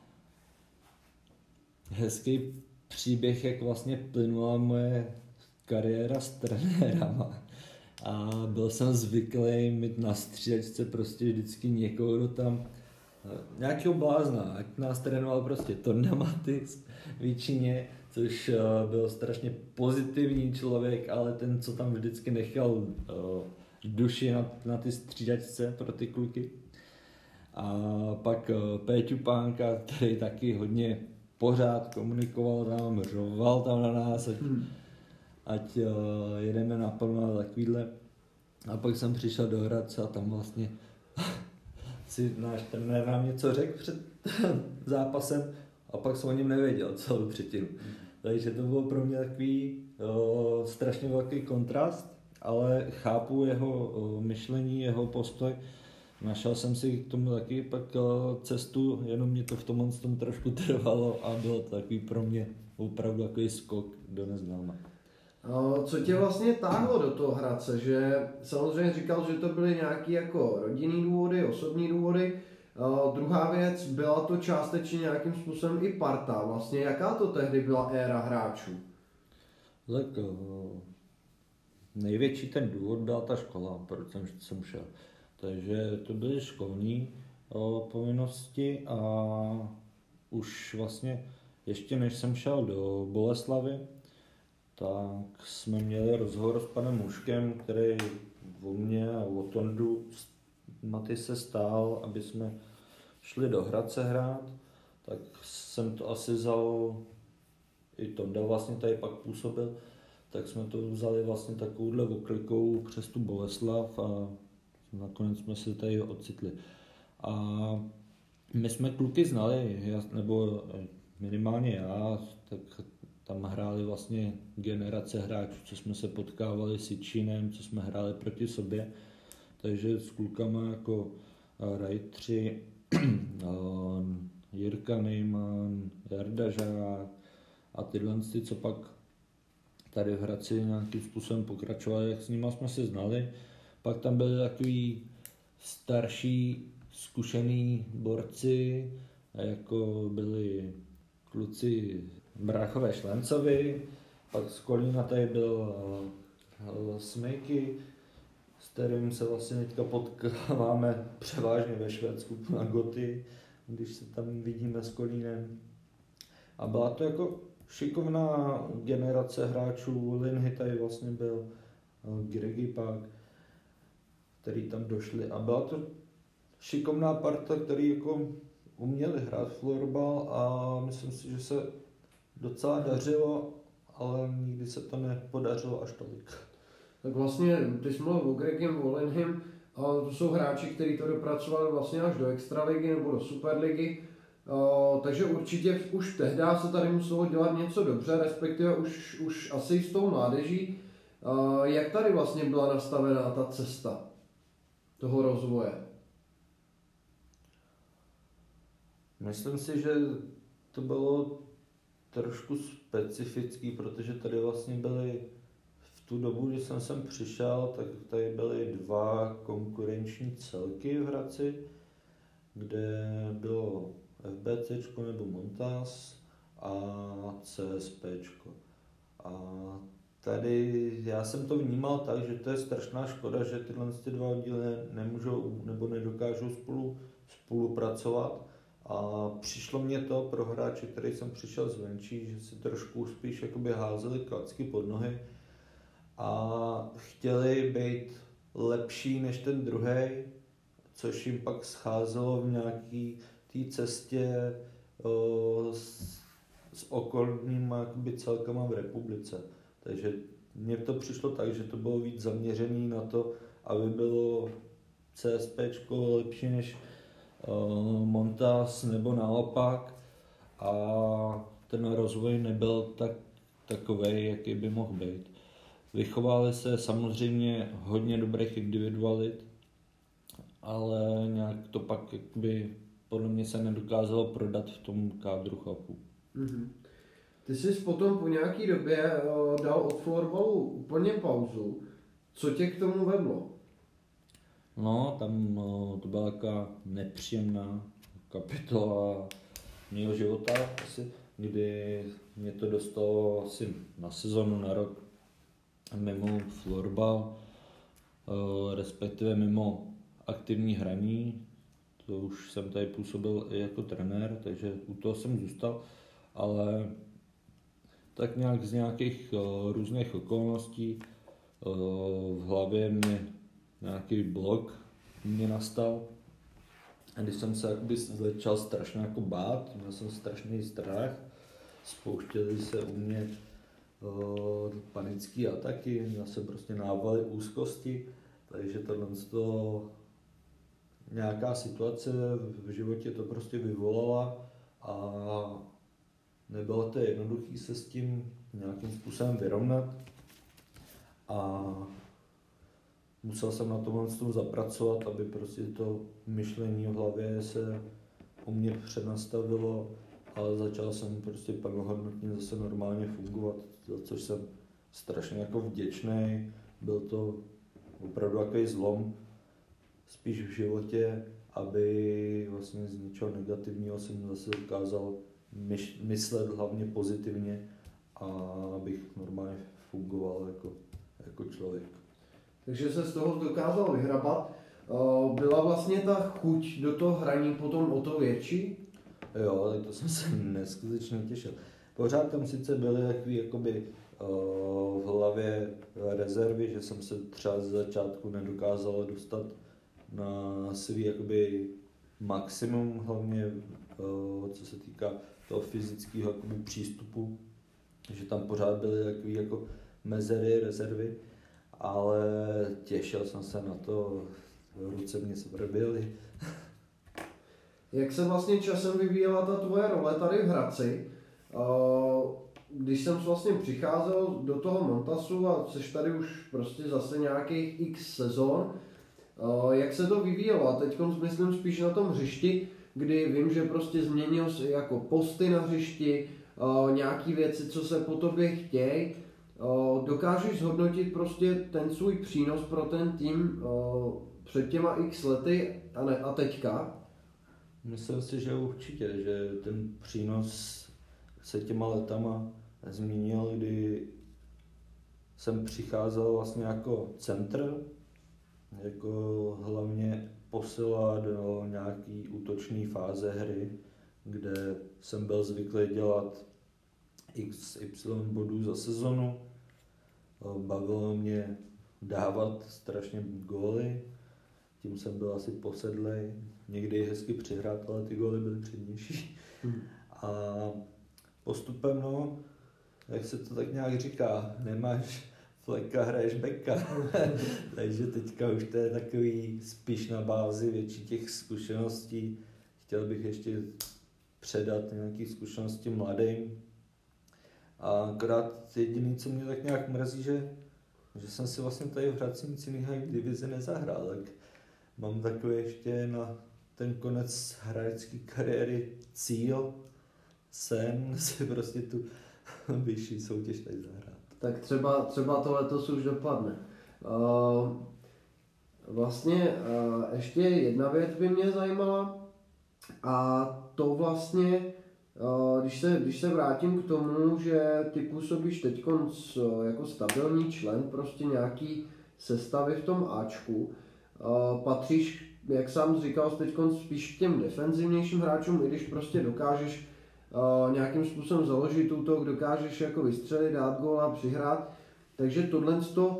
hezký příběh, jak vlastně plynula moje kariéra s trenérama. A byl jsem zvyklý mít na střídačce prostě vždycky někoho, kdo tam nějakého blázna, ať nás trénoval prostě Tonda Matis Víčině, což byl strašně pozitivní člověk, ale ten, co tam vždycky nechal duši na ty střídačce pro ty kluky. A pak Péťu Pánka, který taky hodně pořád komunikoval tam, řoval tam na nás, ať jedeme naplno a takovýhle. A pak jsem přišel do Hradce a tam vlastně si náš trenér nám něco řekl před zápasem a pak jsem o něm nevěděl celou třetinu. Takže to bylo pro mě takový strašně velký kontrast, ale chápu jeho myšlení, jeho postoj. Našel jsem si k tomu taky pak cestu, jenom mě to v tom trošku trvalo a bylo to takový pro mě opravdu takový skok do neznáma. Co tě vlastně táhlo do toho Hradce, že samozřejmě říkal, že to byly nějaké jako rodinný důvody, osobní důvody. Druhá věc, byla to částečně nějakým způsobem i parta. Vlastně jaká to tehdy byla éra hráčů? Tak největší ten důvod byla ta škola, proč jsem šel. Takže to byly školní povinnosti a už vlastně ještě než jsem šel do Boleslavy, tak jsme měli rozhovor s panem Muškem, který o mě a o Tondu Matise stál, aby jsme šli do Hradce hrát, tak jsem to asi vzal, i Tonda vlastně tady pak působil, tak jsme to vzali vlastně takovouhle oklikou přes tu Boleslav a nakonec jsme se tady ocitli. A my jsme kluky znali, nebo minimálně já, tak tam hráli vlastně generace hráčů, co jsme se potkávali s Jičínem, co jsme hráli proti sobě. Takže s klukama jako Rajtři, Jirka Nejman, Jarda Žák a tyhle, co pak tady v Hradci nějakým způsobem pokračovali, jak s nima jsme se znali. Pak tam byli takový starší, zkušený borci, jako byli kluci Bráchové Šlencovi, pak z Kolína tady byl Smejky, s kterým se vlastně teďka potkáváme převážně ve Švédsku na Goty, když se tam vidíme s Kolínem. A byla to jako šikovná generace hráčů, Linhy tady vlastně byl, Gregi pak, který tam došli. A byla to šikovná parta, který jako uměli hrát florbal a myslím si, že se docela dařilo, ale nikdy se to nepodařilo až tolik. Tak vlastně, ty jsi mluvil o Gregem, o Linhym, ale to jsou hráči, kteří to dopracovali vlastně až do extraligy nebo do superligy. Takže určitě už tehdy se tady muselo dělat něco dobře, respektive už asi s tou mládeží. Jak tady vlastně byla nastavená ta cesta toho rozvoje? Myslím si, že to bylo trošku specifický, protože tady vlastně byly v tu dobu, kdy jsem sem přišel, tak tady byly 2 konkurenční celky v Hradci, kde bylo FBCčko nebo Montas a CSPčko. A tady já jsem to vnímal tak, že to je strašná škoda, že tyhle 2 oddíly nemůžou nebo nedokážou spolupracovat. A přišlo mě to pro hráče, který jsem přišel zvenčí, že si trošku spíš jakoby házeli klacky pod nohy a chtěli být lepší než ten druhý, což jim pak scházelo v nějaký té cestě s okolníma jakoby celkama v republice. Takže mně to přišlo tak, že to bylo víc zaměřené na to, aby bylo CSPčko lepší než Montas nebo naopak a ten rozvoj nebyl takovej, jaký by mohl být. Vychovali se samozřejmě hodně dobrých individualit, ale nějak to pak jakoby, podle mě se nedokázalo prodat v tom kádru chlapů. Mm-hmm. Ty jsi potom po nějaký době dal od florbalu úplně pauzu. Co tě k tomu vedlo? No, tam to byla taková nepříjemná kapitola mého života asi, kdy mě to dostalo asi na sezonu, na rok mimo florbal, respektive mimo aktivní hraní. To už jsem tady působil i jako trenér, takže u toho jsem zůstal, ale tak nějak z nějakých různých okolností v hlavě mě nějaký blok mě nastal. A když jsem se jakoby začal strašně jako bát, měl jsem strašný strach, spouštěly se u mě panické ataky, měl jsem prostě návaly úzkosti, takže to nějaká situace v životě to prostě vyvolala a nebylo to jednoduché se s tím nějakým způsobem vyrovnat a musel jsem na tomhle zapracovat, aby prostě to myšlení v hlavě se u mě přenastavilo a začal jsem prostě plnohodnotně zase normálně fungovat, za což jsem strašně jako vděčný. Byl to opravdu takový zlom spíš v životě, aby vlastně z něčeho negativního jsem zase dokázal myslet hlavně pozitivně a abych normálně fungoval jako člověk. Takže se z toho dokázal vyhrabat. Byla vlastně ta chuť do toho hraní potom o to větší? Jo, tak to jsem se neskutečně těšil. Pořád tam sice byly takový jakoby v hlavě rezervy, že jsem se třeba z začátku nedokázal dostat na svý jakoby maximum, hlavně co se týká toho fyzického jakoby přístupu, že tam pořád byly takový jako mezery, rezervy, ale těšil jsem se na to, ruce mě svrběly. Jak se vlastně časem vyvíjela ta tvoje role tady v Hradci? Když jsem vlastně přicházel do toho Montasu a jsi tady už prostě zase nějakých x sezon, jak se to vyvíjelo? A teď myslím spíš na tom hřišti, kdy vím, že prostě změnil se jako posty na hřišti, nějaký věci, co se po tobě chtějí. Dokážeš zhodnotit prostě ten svůj přínos pro ten tým před těma x lety a teďka? Myslím si, že určitě, že ten přínos se těma letama změnil, kdy jsem přicházel vlastně jako centr, jako hlavně posila do nějaký útočné fáze hry, kde jsem byl zvyklý dělat XY bodů za sezonu. Bavilo mě dávat strašně góly, tím jsem byl asi posedlej, někdy hezky přihrát, ale ty góly byly přednější. A postupem, no, jak se to tak nějak říká, nemáš fleka, hraješ beka. Takže teďka už to je takový spíš na bázi větší těch zkušeností. Chtěl bych ještě předat nějaké zkušenosti mladým. A akorát jediný, co mě tak nějak mrzí, že jsem si vlastně tady v Hradci nic jiného divize nezahrál. Tak mám takový ještě na ten konec hráčské kariéry cíl, sen si prostě tu vyšší soutěž tady zahrát. Tak třeba to letos už dopadne. Vlastně ještě jedna věc by mě zajímala a to vlastně, když se vrátím k tomu, že ty působíš teď jako stabilní člen prostě nějaký sestavy v tom Ačku, patříš, jak sám říkal, teď spíš k těm defenzivnějším hráčům, i když prostě dokážeš nějakým způsobem založit útok, dokážeš jako vystřelit, dát gól a přihrát. Takže tohle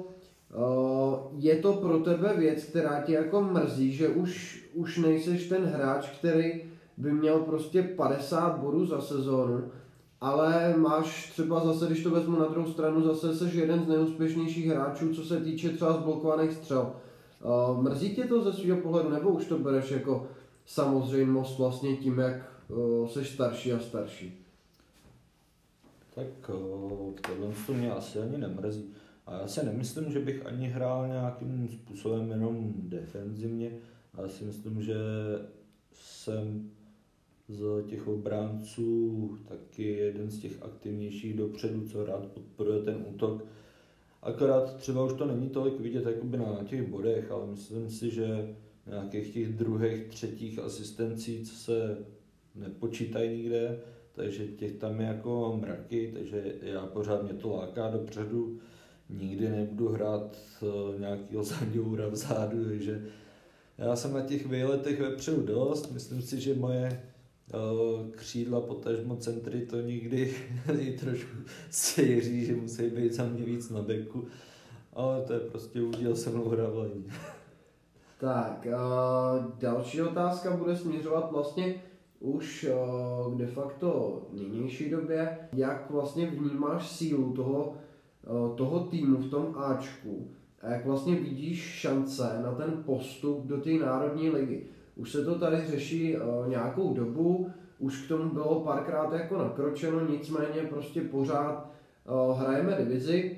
je to pro tebe věc, která tě jako mrzí, že už nejseš ten hráč, který by měl prostě 50 bodů za sezónu, ale máš třeba zase, když to vezmu na druhou stranu, zase seš jeden z nejúspěšnějších hráčů, co se týče třeba zblokovaných střel. Mrzí tě to ze svého pohledu, nebo už to bereš jako samozřejmost vlastně tím, jak seš starší a starší? Tak tohle to mě asi ani nemrzí. A já si nemyslím, že bych ani hrál nějakým způsobem jenom defenzivně. Já si myslím, že jsem z těch obránců taky jeden z těch aktivnějších dopředu, co rád podporuje ten útok. Akorát třeba už to není tolik vidět jakoby na těch bodech, ale myslím si, že nějakých těch druhých, třetích asistencí, co se nepočítají nikde, takže těch tam je jako mraky, takže já pořád mě to láká dopředu, nikdy nebudu hrát nějakýho Zanděura vzadu, takže já jsem na těch výletech vepředu dost, myslím si, že moje křídla, potažmo centry to někdy trošku sejří, že musí být za mě víc na beku, ale to je prostě úděl se mnou hravlení. Tak, další otázka bude směřovat vlastně už k de facto nynější době. Jak vlastně vnímáš sílu toho týmu v tom Ačku a jak vlastně vidíš šance na ten postup do té národní ligy? Už se to tady řeší nějakou dobu, už k tomu bylo párkrát jako nakročeno, nicméně prostě pořád hrajeme divizi.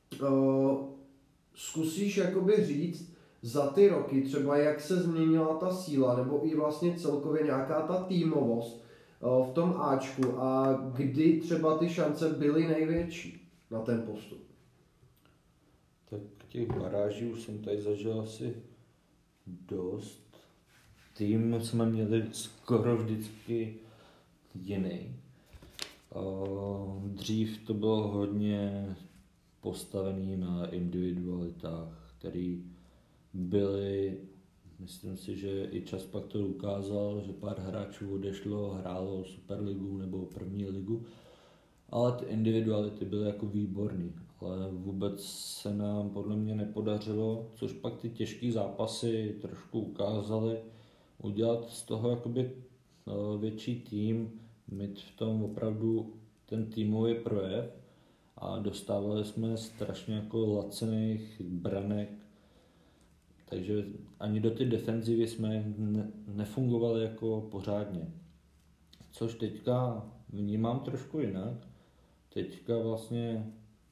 Zkusíš jakoby říct za ty roky třeba jak se změnila ta síla nebo i vlastně celkově nějaká ta týmovost v tom Ačku a kdy třeba ty šance byly největší na ten postup? Tak těch baráží už jsem tady zažil asi dost. Tým jsme měli skoro vždycky jiný. Dřív to bylo hodně postavený na individualitách, který byly, myslím si, že i čas pak to ukázal, že pár hráčů odešlo, hrálo Superligu nebo první ligu, ale ty individuality byly jako výborný, ale vůbec se nám podle mě nepodařilo, což pak ty těžké zápasy trošku ukázaly, udělat z toho jakoby větší tým, mít v tom opravdu ten týmový projev a dostávali jsme strašně jako lacených branek, takže ani do ty defenzivy jsme nefungovali jako pořádně. Což teďka vnímám trošku jinak. Teďka vlastně,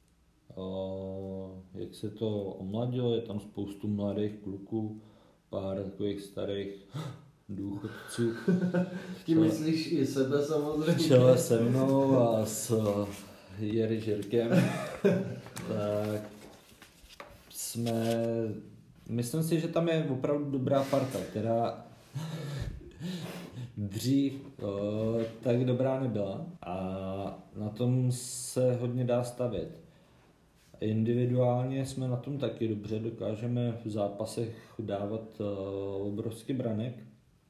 jak se to omladilo, je tam spoustu mladých kluků, pár takových starých důchodců. Ty myslíš i sebe samozřejmě? V čele se mnou a s Jerry Žirkem. Tak myslím si, že tam je opravdu dobrá parta, která dřív tak dobrá nebyla a na tom se hodně dá stavět. Individuálně jsme na tom taky dobře, dokážeme v zápasech dávat obrovský branek.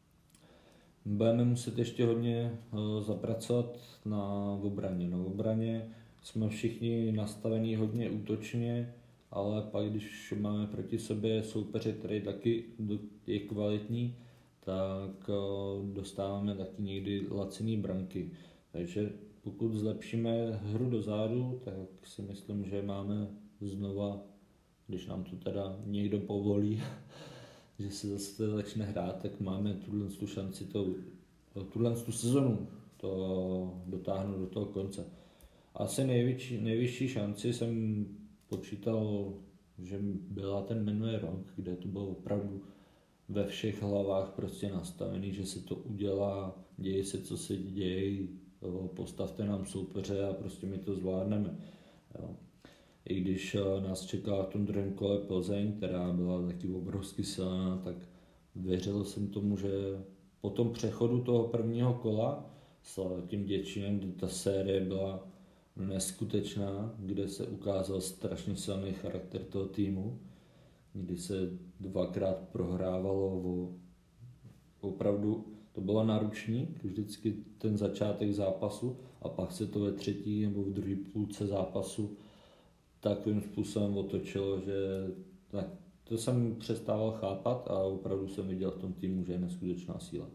Budeme muset ještě hodně zapracovat na obraně. Na obraně jsme všichni nastavení hodně útočně, ale pak když máme proti sobě soupeře, který taky je kvalitní, tak dostáváme taky někdy laciný branky. Takže pokud zlepšíme hru do zádu, tak si myslím, že máme znova, když nám to teda někdo povolí, že se zase začne hrát, tak máme tu šanci tuhle sezonu to dotáhnout do toho konce. Asi nejvyšší šanci jsem počítal, že byla ten minulý rok, kde to bylo opravdu ve všech hlavách prostě nastavený, že se to udělá, děje se, co se děje, postavte nám soupeře a prostě my to zvládneme. Jo. I když nás čekala v tom druhém kole Plzeň, která byla taky obrovsky silná, tak věřil jsem tomu, že po tom přechodu toho prvního kola s tím Děčínem, kdy ta série byla neskutečná, kde se ukázal strašně silný charakter toho týmu, kdy se dvakrát prohrávalo opravdu, to bylo náročník, vždycky ten začátek zápasu a pak se to ve třetí nebo v druhé půlce zápasu takovým způsobem otočilo, že to jsem přestával chápat a opravdu jsem viděl v tom týmu, že je neskutečná síla.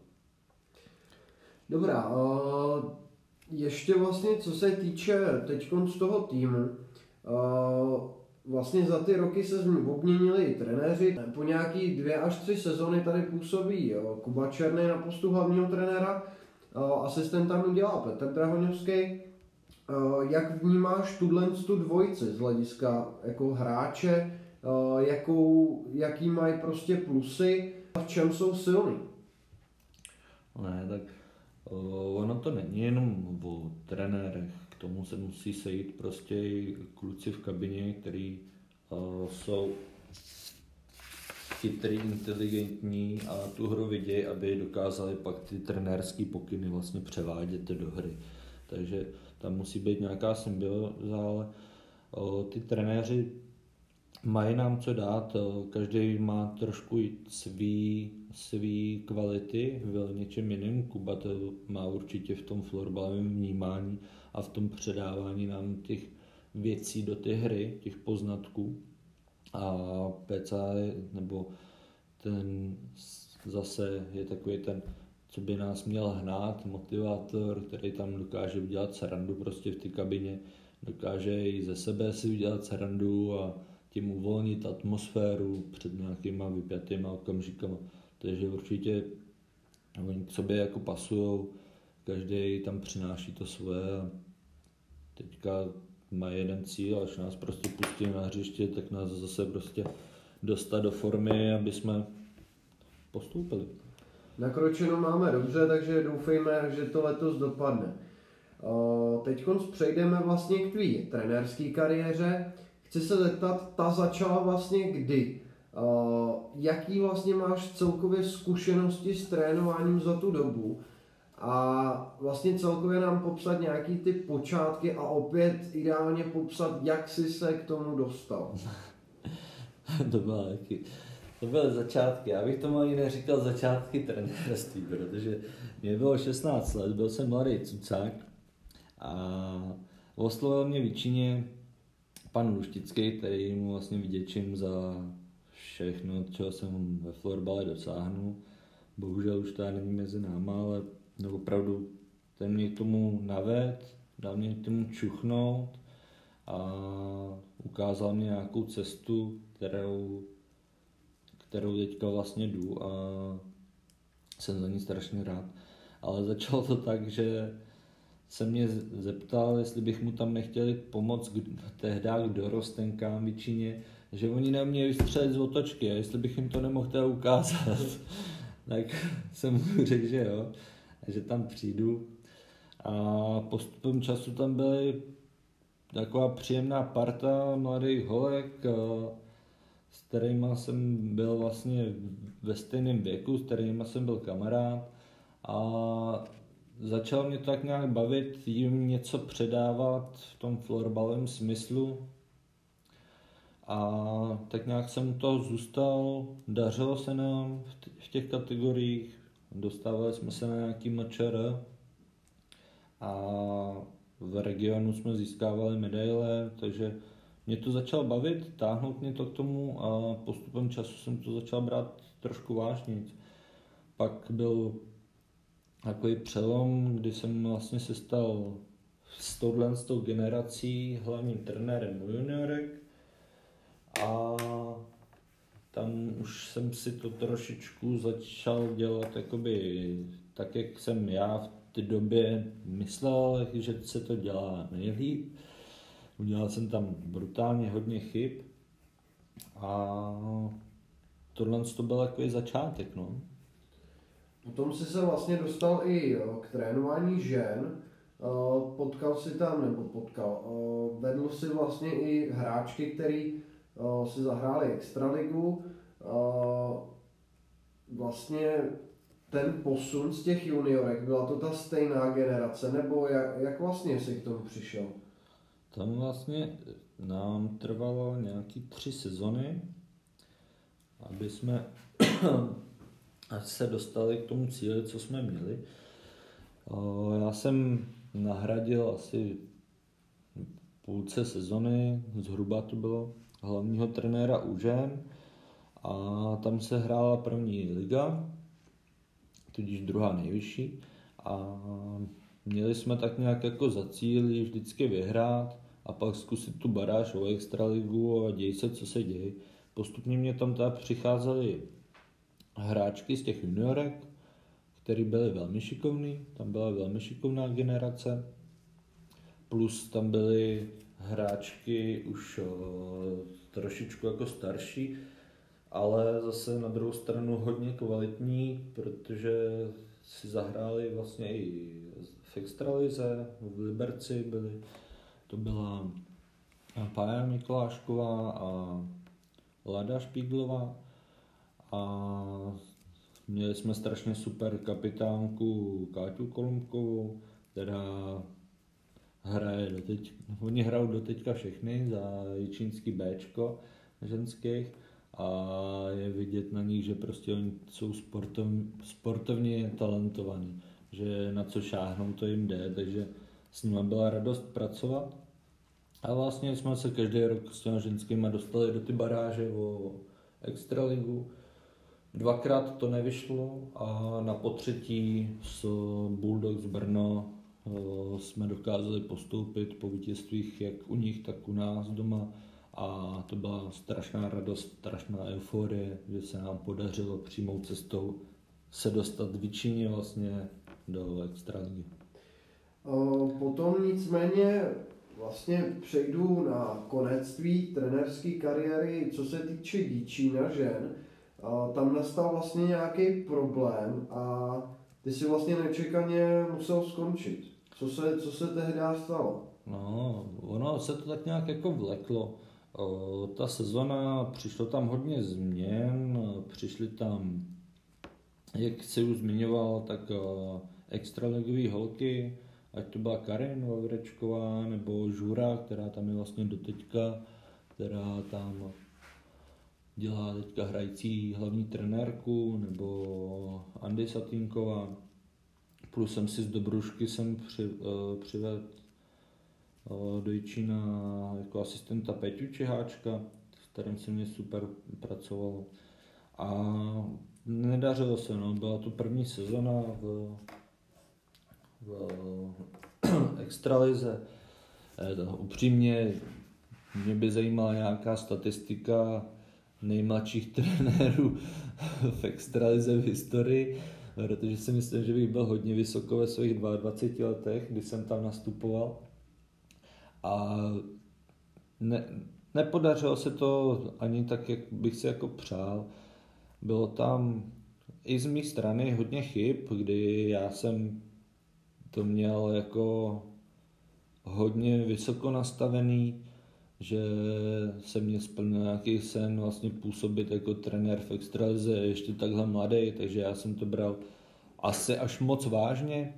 Dobrá, ještě vlastně co se týče teďkon z toho týmu, vlastně za ty roky se obměnili i trenéři. Po nějaký 2 až 3 sezony tady působí Kuba Černý na postu hlavního trenéra, asistent tam udělá Petr Drahoňovský. Jak vnímáš tu dvojici z hlediska jako hráče, jaký mají prostě plusy a v čem jsou silný? Ne, tak ono to není jenom o trenérech, k tomu se musí sejít prostě i kluci v kabině, který jsou chytrý, inteligentní a tu hru vidějí, aby dokázali pak ty trenérský pokyny vlastně převádět do hry. Takže tam musí být nějaká symbioza, ale ty trenéři mají nám co dát, každý má trošku svý kvality v něčem jiném. Kuba to má určitě v tom florbalovém vnímání a v tom předávání nám těch věcí do té hry, těch poznatků. A PCA nebo ten zase je takový ten, co by nás měl hnát, motivátor, který tam dokáže udělat srandu prostě v té kabině, dokáže i ze sebe si udělat srandu a tím uvolnit atmosféru před nějakýma vypjatýma okamžikama. Takže určitě oni k sobě jako pasujou, každý tam přináší to svoje a teďka má jeden cíl, až nás prostě pustí na hřiště, tak nás zase prostě dostat do formy, aby jsme postoupili. Nakročeno máme dobře, takže doufejme, že to letos dopadne. Teď přejdeme vlastně k tvý trenérské kariéře. Chci se zeptat, ta začala vlastně kdy? Jaký vlastně máš celkově zkušenosti s trénováním za tu dobu? A vlastně celkově nám popsat nějaký ty počátky a opět ideálně popsat, jak jsi se k tomu dostal. To byly začátky, já bych tomu ani neříkal začátky trenérství, protože mě bylo 16 let, byl jsem mladý cucák a oslovil mě v Jičíně pan Luštický, který mu vlastně vděčím za všechno, čeho jsem ve florbale dosáhnul. Bohužel už to není mezi náma, ale no opravdu ten mě k tomu naved, dal mě k tomu čuchnout a ukázal mě nějakou cestu, kterou teďka vlastně jdu a jsem za ní strašně rád. Ale začalo to tak, že se mě zeptal, jestli bych mu tam nechtěli pomoct tehdy k dorostenkám v Jičíně, že oni neumějí vystřelit z otočky a jestli bych jim to nemohl ukázat. Tak jsem mu řekl, že jo, že tam přijdu. A postupem času tam byly taková příjemná parta mladých holek, s kterými jsem byl vlastně ve stejném věku, s kterými jsem byl kamarád. A začal mě tak nějak bavit jim něco předávat v tom florbalovém smyslu. A tak nějak jsem u toho zůstal, dařilo se nám v těch kategoriích, dostávali jsme se na nějaký MČR a v regionu jsme získávali medaile, takže mě to začalo bavit, táhnout mě to k tomu a postupem času jsem to začal brát trošku vážně. Pak byl takový přelom, kdy jsem vlastně se stal s touhletou generací hlavním trenérem juniorek a tam už jsem si to trošičku začal dělat jakoby tak, jak jsem já v té době myslel, že se to dělá nejlíp. Udělal jsem tam brutálně hodně chyb a tohle to byl takový začátek. No. Potom jsi se vlastně dostal i k trénování žen. Vedl si vlastně i hráčky, který si zahráli extraligu. Vlastně ten posun z těch juniorek, byla to ta stejná generace, nebo jak vlastně jsi k tomu přišel? Tam vlastně nám trvalo nějaký 3 sezony, aby jsme se dostali k tomu cíli, co jsme měli. Já jsem nahradil asi v půlce sezony, zhruba to bylo, hlavního trenéra u žen a tam se hrála první liga, tudíž druhá nejvyšší a měli jsme tak nějak jako za cíl vždycky vyhrát a pak zkusit tu baráž o extraligu a děj se, co se děje. Postupně mě tam teda přicházely hráčky z těch juniorek, které byly velmi šikovný, tam byla velmi šikovná generace, plus tam byly hráčky už trošičku jako starší, ale zase na druhou stranu hodně kvalitní, protože si zahráli vlastně i v extralize, v Liberci to byla Pája Mikulášková a Lada Špíglová. A měli jsme strašně super kapitánku Káťu Kolumbkovou, která hraje doteď, oni hrajou doteďka všechny za jičínský Bčko ženských a je vidět na nich, že prostě oni jsou sportovně talentovaní, že na co šáhnou, to jim jde, takže s nimi byla radost pracovat. A vlastně jsme se každý rok s těma ženskýma dostali do ty baráže o extraligu. Dvakrát to nevyšlo a na potřetí s Bulldogs Brno jsme dokázali postoupit po vítězstvích jak u nich, tak u nás doma. A to byla strašná radost, strašná euforie, že se nám podařilo přímou cestou se dostat v Jičíně vlastně do extraligy. Potom nicméně vlastně přejdu na konec tvý trenérské kariéry, co se týče Jičína žen. Tam nastal vlastně nějaký problém a ty si vlastně nečekaně musel skončit. Co se tehdy stalo? No, ono se to tak nějak jako vleklo. Ta sezona, přišlo tam hodně změn, přišly tam, jak se už zmiňoval, tak extraligový holky, ať to byla Karin Vavrečková nebo Žura, která tam je vlastně doteďka, která tam dělá teďka hrající hlavní trenérku, nebo Andy Satínková. Plus jsem si z Dobrušky přivedl do Jičína jako asistenta Peťu Čiháčka, s kterým se mě super pracovalo. A nedařilo se, no. Byla to první sezona v extralize. Upřímně mě by zajímala nějaká statistika nejmladších trenérů v extralize v historii, protože si myslím, že bych byl hodně vysoko ve svých 22 letech, kdy jsem tam nastupoval. A nepodařilo se to ani tak, jak bych si jako přál. Bylo tam i z mé strany hodně chyb, kdy já jsem to měl jako hodně vysoko nastavený, že se mě splnil nějaký sen vlastně působit jako trenér v extralize ještě takhle mladý, takže já jsem to bral asi až moc vážně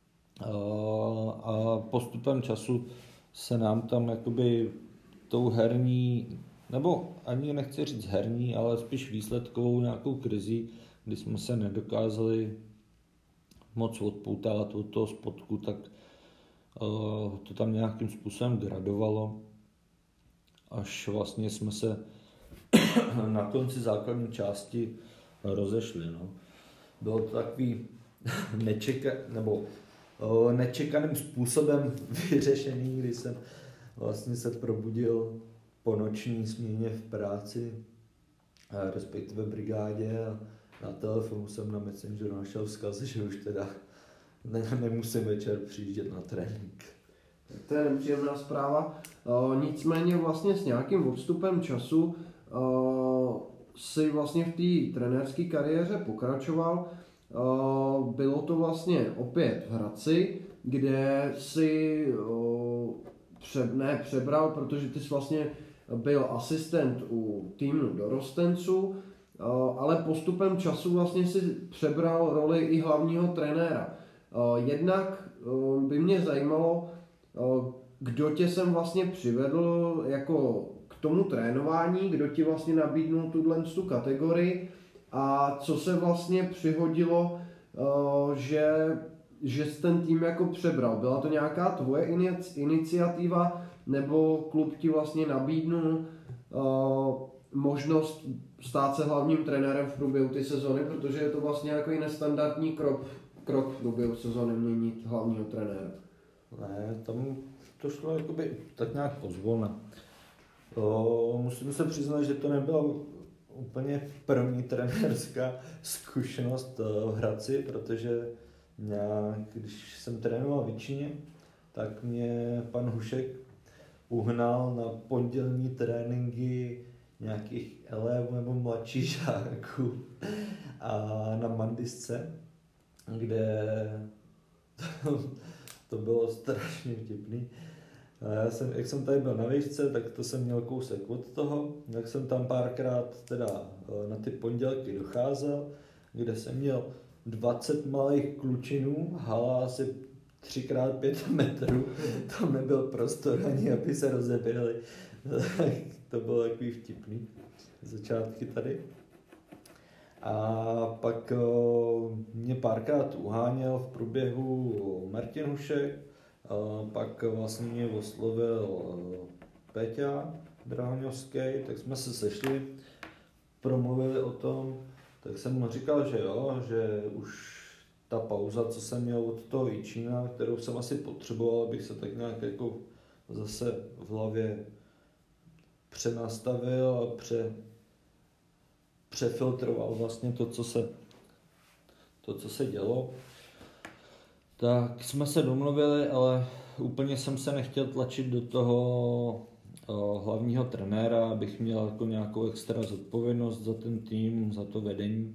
a postupem času se nám tam jakoby tou herní, nebo ani nechci říct herní, ale spíš výsledkovou nějakou krizí, kdy jsme se nedokázali moc odpoutávat od toho spodku, tak to tam nějakým způsobem gradovalo, až vlastně jsme se na konci základní části rozešli. No. Bylo to takový nečekaným způsobem vyřešený, kdy jsem vlastně se probudil po noční směně v práci, respektive brigádě, a na telefonu jsem na Messengeru našel vzkaz, že už teda nemusím večer přijíždět na trénink. To je nepříjemná zpráva. Nicméně vlastně s nějakým odstupem času si vlastně v té trenérské kariéře pokračoval. Bylo to vlastně opět v Hradci, kde si přebral, protože ty jsi vlastně byl asistent u týmu dorostenců, ale postupem času vlastně si přebral roli i hlavního trenéra. Jednak by mě zajímalo, kdo tě sem vlastně přivedl jako k tomu trénování, kdo ti vlastně nabídnul tu kategorii a co se vlastně přihodilo, že jsi ten tým jako přebral. Byla to nějaká tvoje iniciativa, nebo klub ti vlastně nabídnul možnost stát se hlavním trenérem v průběhu ty sezony, protože je to vlastně jako nestandardní krok v průběhu sezony měnit hlavního trenéra. Ne, tam to šlo jakoby tak nějak pozvolna. Musím se přiznat, že to nebyla úplně první trenérská zkušenost v Hradci, protože když jsem trénoval v Jičíně, tak mě pan Hušek uhnal na pondělní tréninky nějakých elevů nebo mladších žáků a na Mandisce, kde to bylo strašně vtipný. A já jsem, jak jsem tady byl na výšce, tak to jsem měl kousek od toho, tak jsem tam párkrát teda na ty pondělky docházel, kde jsem měl 20 malých klučinů, hala asi 3x5 metrů, tam nebyl prostor ani, aby se rozeběhli. To bylo takový vtipný začátky tady. A pak mě párkrát uháněl v průběhu Martin Hušek, pak vlastně mě oslovil Péťa Drahoňovský, tak jsme se sešli, promluvili o tom, tak jsem mu říkal, že jo, že už ta pauza, co jsem měl od toho Jičína, kterou jsem asi potřeboval, abych se tak nějak jako zase v hlavě přenastavil a přefiltroval vlastně to, co se dělo. Tak jsme se domluvili, ale úplně jsem se nechtěl tlačit do toho hlavního trenéra, abych měl jako nějakou extra zodpovědnost za ten tým, za to vedení.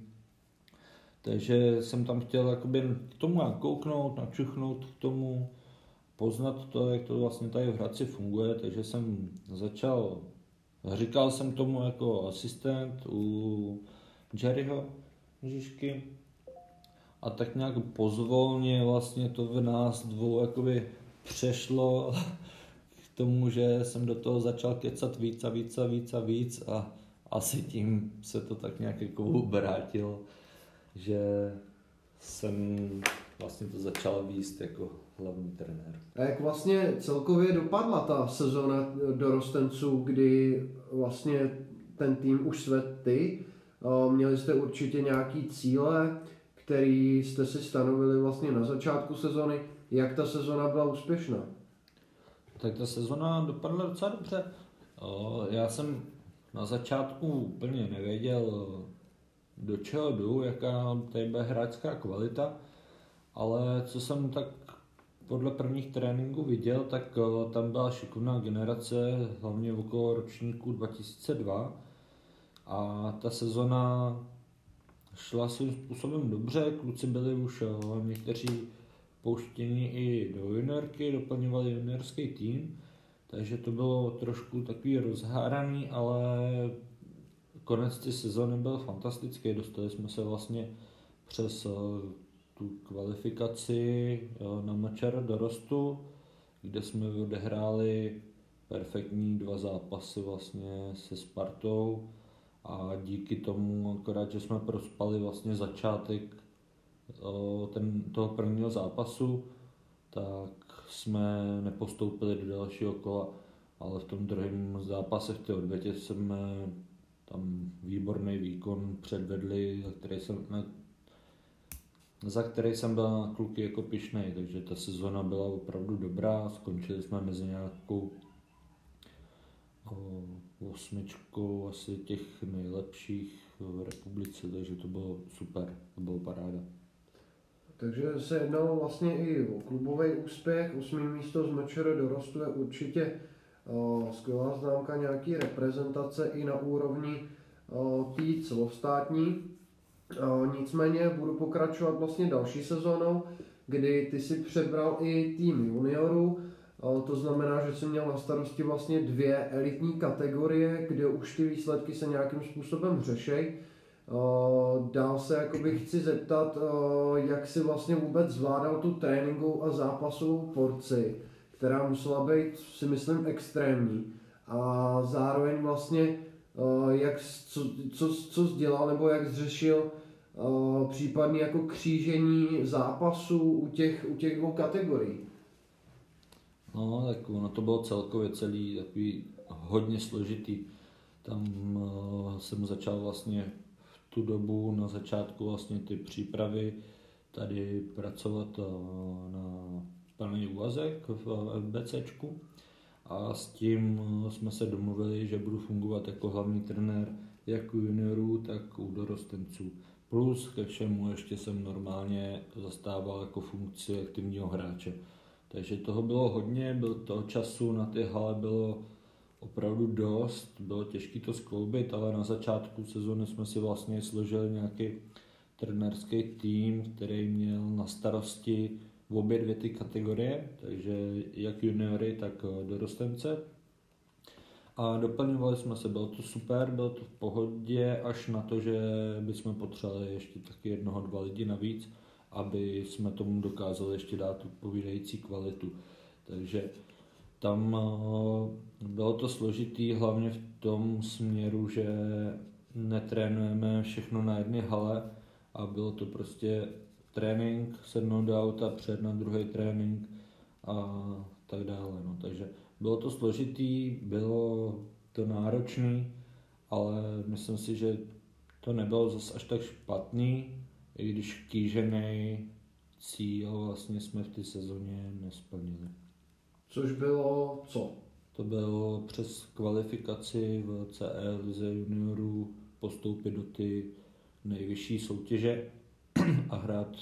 Takže jsem tam chtěl jakoby k tomu nakouknout, načuchnout k tomu, poznat to, jak to vlastně tady v Hradci funguje, takže jsem říkal jsem tomu jako asistent u Jerryho Žižky a tak nějak pozvolně vlastně to v nás dvou jakoby přešlo k tomu, že jsem do toho začal kecat víc a asi tím se to tak nějak jako obrátilo, že jsem vlastně to začal vést jako hlavní trenér. A jak vlastně celkově dopadla ta sezona dorostenců, kdy vlastně ten tým už sved ty? Měli jste určitě nějaký cíle, který jste si stanovili vlastně na začátku sezony. Jak ta sezona byla úspěšná? Tak ta sezona dopadla docela dobře. Já jsem na začátku úplně nevěděl, do čeho jdu, jaká tady bude hráčská kvalita, ale co jsem tak podle prvních tréninků viděl, tak tam byla šikovná generace, hlavně okolo ročníku 2002 a ta sezona šla svým způsobem dobře, kluci byli už někteří pouštěni i do juniorky, doplňovali juniorský tým, takže to bylo trošku takový rozháraný, ale konec té sezóny byl fantastický, dostali jsme se vlastně přes tu kvalifikaci na MČR dorostu, kde jsme odehráli perfektní 2 zápasy vlastně se Spartou a díky tomu, akorát, že jsme prospali vlastně začátek toho prvního zápasu, tak jsme nepostoupili do dalšího kola, ale v tom druhém zápase v té odvětě jsme tam výborný výkon předvedli, za který jsem byl na kluky jako pyšnej, takže ta sezona byla opravdu dobrá, skončili jsme mezi nějakou 8 asi těch nejlepších v republice, takže to bylo super, to bylo paráda. Takže se jednalo vlastně i o klubový úspěch, 8. místo z MČR dorostu je určitě skvělá známka nějaký reprezentace i na úrovni té celostátní. Nicméně budu pokračovat vlastně další sezónou, kdy ty si přebral i tým juniorů, to znamená, že jsi měl na starosti vlastně 2 elitní kategorie, kde už ty výsledky se nějakým způsobem řešej. Dál se jakoby chci zeptat, jak si vlastně vůbec zvládal tu tréninkovou a zápasovou porci, která musela být, si myslím, extrémní. A zároveň vlastně, co jsi dělal nebo jak jsi řešil případně jako křížení zápasů u těch 2 kategorií. No, tak ono to bylo celkově celý takový hodně složitý. Tam jsem začal vlastně v tu dobu na začátku vlastně ty přípravy tady pracovat na plný úvazek v FBCčku a s tím jsme se domluvili, že budu fungovat jako hlavní trenér jak u juniorů, tak u dorostenců. Plus ke všemu ještě jsem normálně zastával jako funkci aktivního hráče. Takže toho bylo hodně, toho času na ty hale bylo opravdu dost, bylo těžké to skloubit, ale na začátku sezóny jsme si vlastně složili nějaký trenérský tým, který měl na starosti v obě dvě ty kategorie, takže jak juniory, tak dorostence. A doplňovali jsme se, bylo to super, bylo to v pohodě, až na to, že bychom potřebovali ještě taky 1-2 lidi navíc, aby jsme tomu dokázali ještě dát odpovídající kvalitu. Takže tam bylo to složitý hlavně v tom směru, že netrénujeme všechno na jedné hale a bylo to prostě trénink, sednout do auta, přijet na druhý trénink a tak dále. No. Takže bylo to složitý, bylo to náročný, ale myslím si, že to nebylo zase až tak špatný, i když kýžený cíl vlastně jsme v té sezóně nesplnili. Což bylo co? To bylo přes kvalifikaci v CE lize juniorů postoupit do ty nejvyšší soutěže a hrát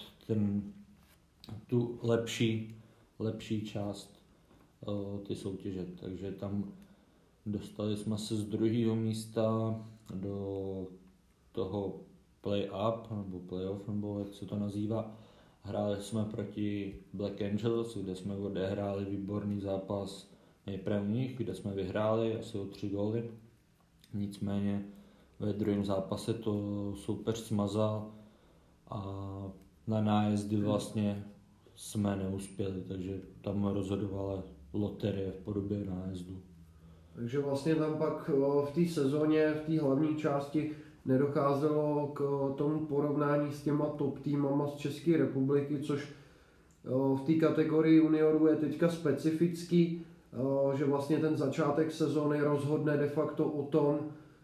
tu lepší část ty soutěže. Takže tam dostali jsme se z 2. místa do toho play-up nebo play-off, nebo jak se to nazývá. Hráli jsme proti Black Angels, kde jsme odehráli výborný zápas nejprve u nich, kde jsme vyhráli asi o 3 góly. Nicméně ve druhém zápase to soupeř smazal a na nájezdy vlastně jsme neuspěli, takže tam rozhodovala loterie v podobě nájezdu. Takže vlastně tam pak v té sezóně, v té hlavní části nedocházelo k tomu porovnání s těma top týmama z České republiky, což v té kategorii juniorů je teďka specifický, že vlastně ten začátek sezóny rozhodne de facto o tom,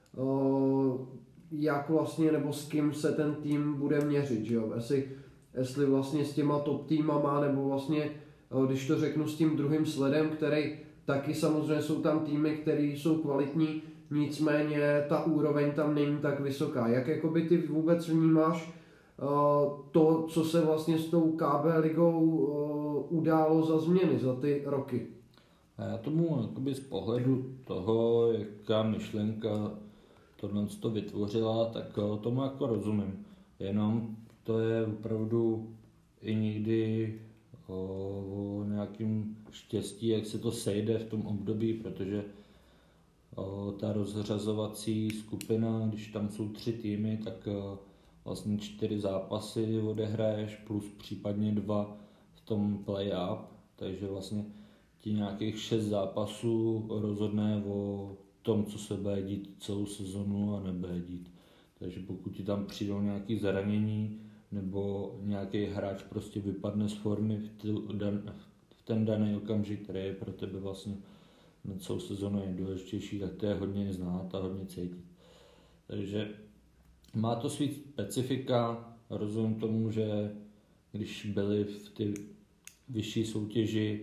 jak vlastně nebo s kým se ten tým bude měřit, že jo? Jestli vlastně s těma top týmama, nebo vlastně, když to řeknu, s tím druhým sledem, který taky samozřejmě jsou tam týmy, které jsou kvalitní, nicméně ta úroveň tam není tak vysoká. Jak jakoby ty vůbec vnímáš to, co se vlastně s tou KB ligou událo za změny za ty roky? A já tomu jakoby z pohledu toho, jaká myšlenka tohle to vytvořila, tak tomu jako rozumím. Jenom to je opravdu i někdy o nějakým štěstí, jak se to sejde v tom období, protože ta rozřazovací skupina, když tam jsou 3 týmy, tak vlastně 4 zápasy odehraješ plus případně 2 v tom play-up, takže vlastně ti nějakých 6 zápasů rozhodne o tom, co se bude dít celou sezonu a nebude dít. Takže pokud ti tam přijdou nějaké zranění nebo nějaký hráč prostě vypadne z formy v ten daný okamžik, který je pro tebe vlastně na celou sezonu nejdůležitější, tak to je hodně znát a hodně cítit. Takže má to svý specifika, rozumím tomu, že když byli v ty vyšší soutěži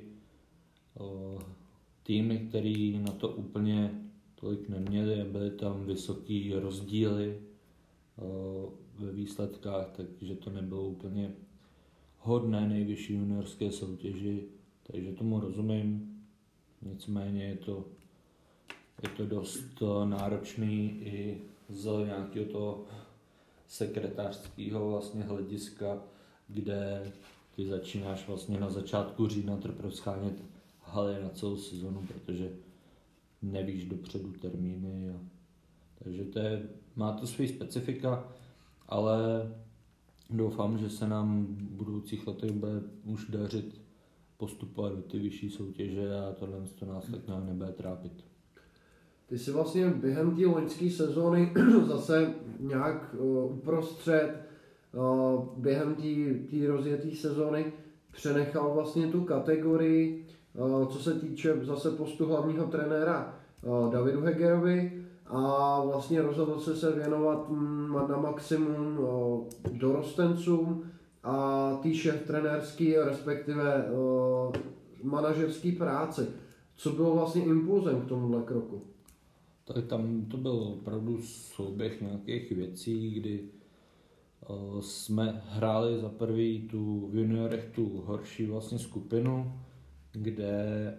týmy, který na to úplně tolik neměli a byly tam vysoký rozdíly ve výsledkách, takže to nebylo úplně hodné nejvyšší juniorské soutěži, takže tomu rozumím. Nicméně je to dost náročný i z nějakého toho sekretářského vlastně hlediska, kde ty začínáš vlastně na začátku října teprve schánět haly na celou sezonu, protože nevíš dopředu termíny. Takže má to svý specifika, ale doufám, že se nám v budoucích letech bude už dařit postupovat do ty vyšší soutěže a tohle nás tak nějak nebude trápit. Ty jsi vlastně během té loňské sezóny zase nějak uprostřed, během té rozjeté sezóny přenechal vlastně tu kategorii, co se týče zase postu hlavního trenéra Davidu Hegerovi a vlastně rozhodl se věnovat na maximum dorostencům a té šéf-trenérský, respektive manažerský práci. Co bylo vlastně impulzem k tomuhle kroku? Tak tam to byl opravdu souběh nějakých věcí, kdy jsme hráli za prvý v juniorech tu horší vlastně skupinu, kde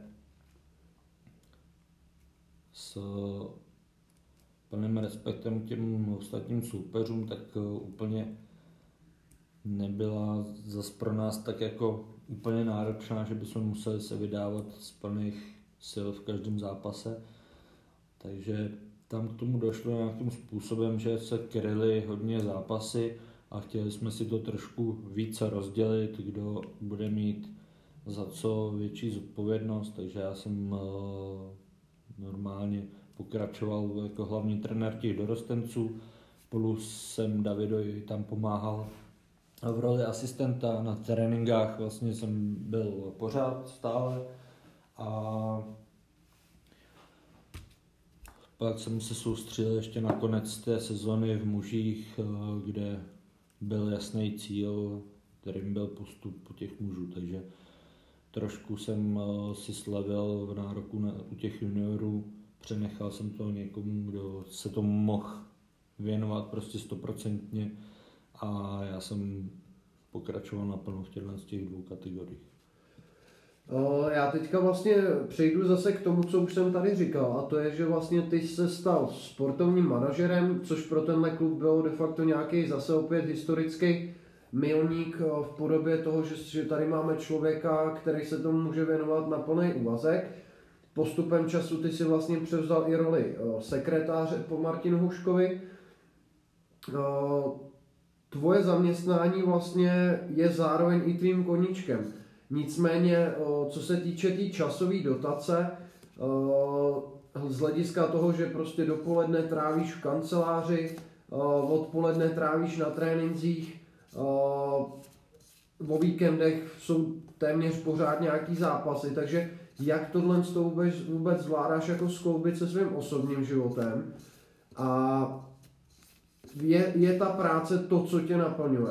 s plným respektem k těm ostatním soupeřům, tak úplně nebyla zas pro nás tak jako úplně náročná, že bychom museli se vydávat z plných sil v každém zápase. Takže tam k tomu došlo nějakým způsobem, že se kryly hodně zápasy a chtěli jsme si to trošku více rozdělit, kdo bude mít za co větší zodpovědnost, takže já jsem normálně pokračoval jako hlavní trenér těch dorostenců, plus jsem Davidovi tam pomáhal v roli asistenta na tréninkách, vlastně jsem byl pořád stále a pak jsem se soustředil ještě na konec té sezony v mužích, kde byl jasný cíl, kterým byl postup u těch mužů, takže trošku jsem si slevil v nároku u těch juniorů, přenechal jsem to někomu, kdo se tomu mohl věnovat prostě 100% a já jsem pokračoval naplno v těch dvou kategoriích. Já teďka vlastně přejdu zase k tomu, co už jsem tady říkal, a to je, že vlastně ty se stal sportovním manažerem, což pro tenhle klub bylo de facto nějaký zase opět historický milník v podobě toho, že tady máme člověka, který se tomu může věnovat na plný úvazek. Postupem času ty si vlastně převzal i roli sekretáře po Martinu Huškovi. Tvoje zaměstnání vlastně je zároveň i tvým koníčkem. Nicméně, co se týče té časové dotace, z hlediska toho, že prostě dopoledne trávíš v kanceláři, odpoledne trávíš na trénincích, o víkendech jsou téměř pořád nějaký zápasy, takže jak tohle s tou vůbec zvládáš jako skloubit se svým osobním životem a je ta práce to, co tě naplňuje?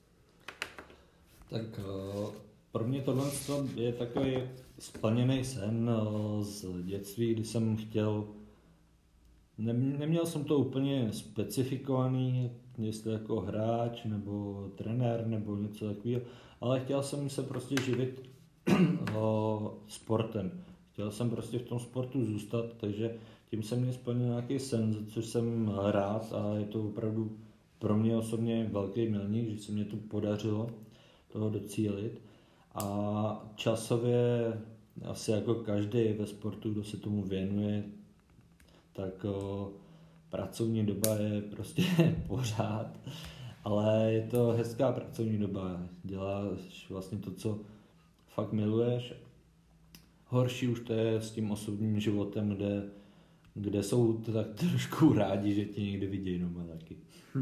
Tak pro mě tohle je takový splněný sen z dětství, kdy jsem chtěl, neměl jsem to úplně specifikovaný, jestli jako hráč nebo trenér nebo něco takového, ale chtěl jsem se prostě živit sportem. Chtěl jsem prostě v tom sportu zůstat, takže tím se mě splnil nějaký sen, za což jsem rád a je to opravdu pro mě osobně velký milník, že se mě to podařilo toho docílit. A časově asi jako každý ve sportu, kdo se tomu věnuje, tak pracovní doba je prostě pořád, ale je to hezká pracovní doba. Děláš vlastně to, co fakt miluješ. Horší už to je s tím osobním životem, kde jsou to tak trošku rádi, že tě někdy vidějí doma taky.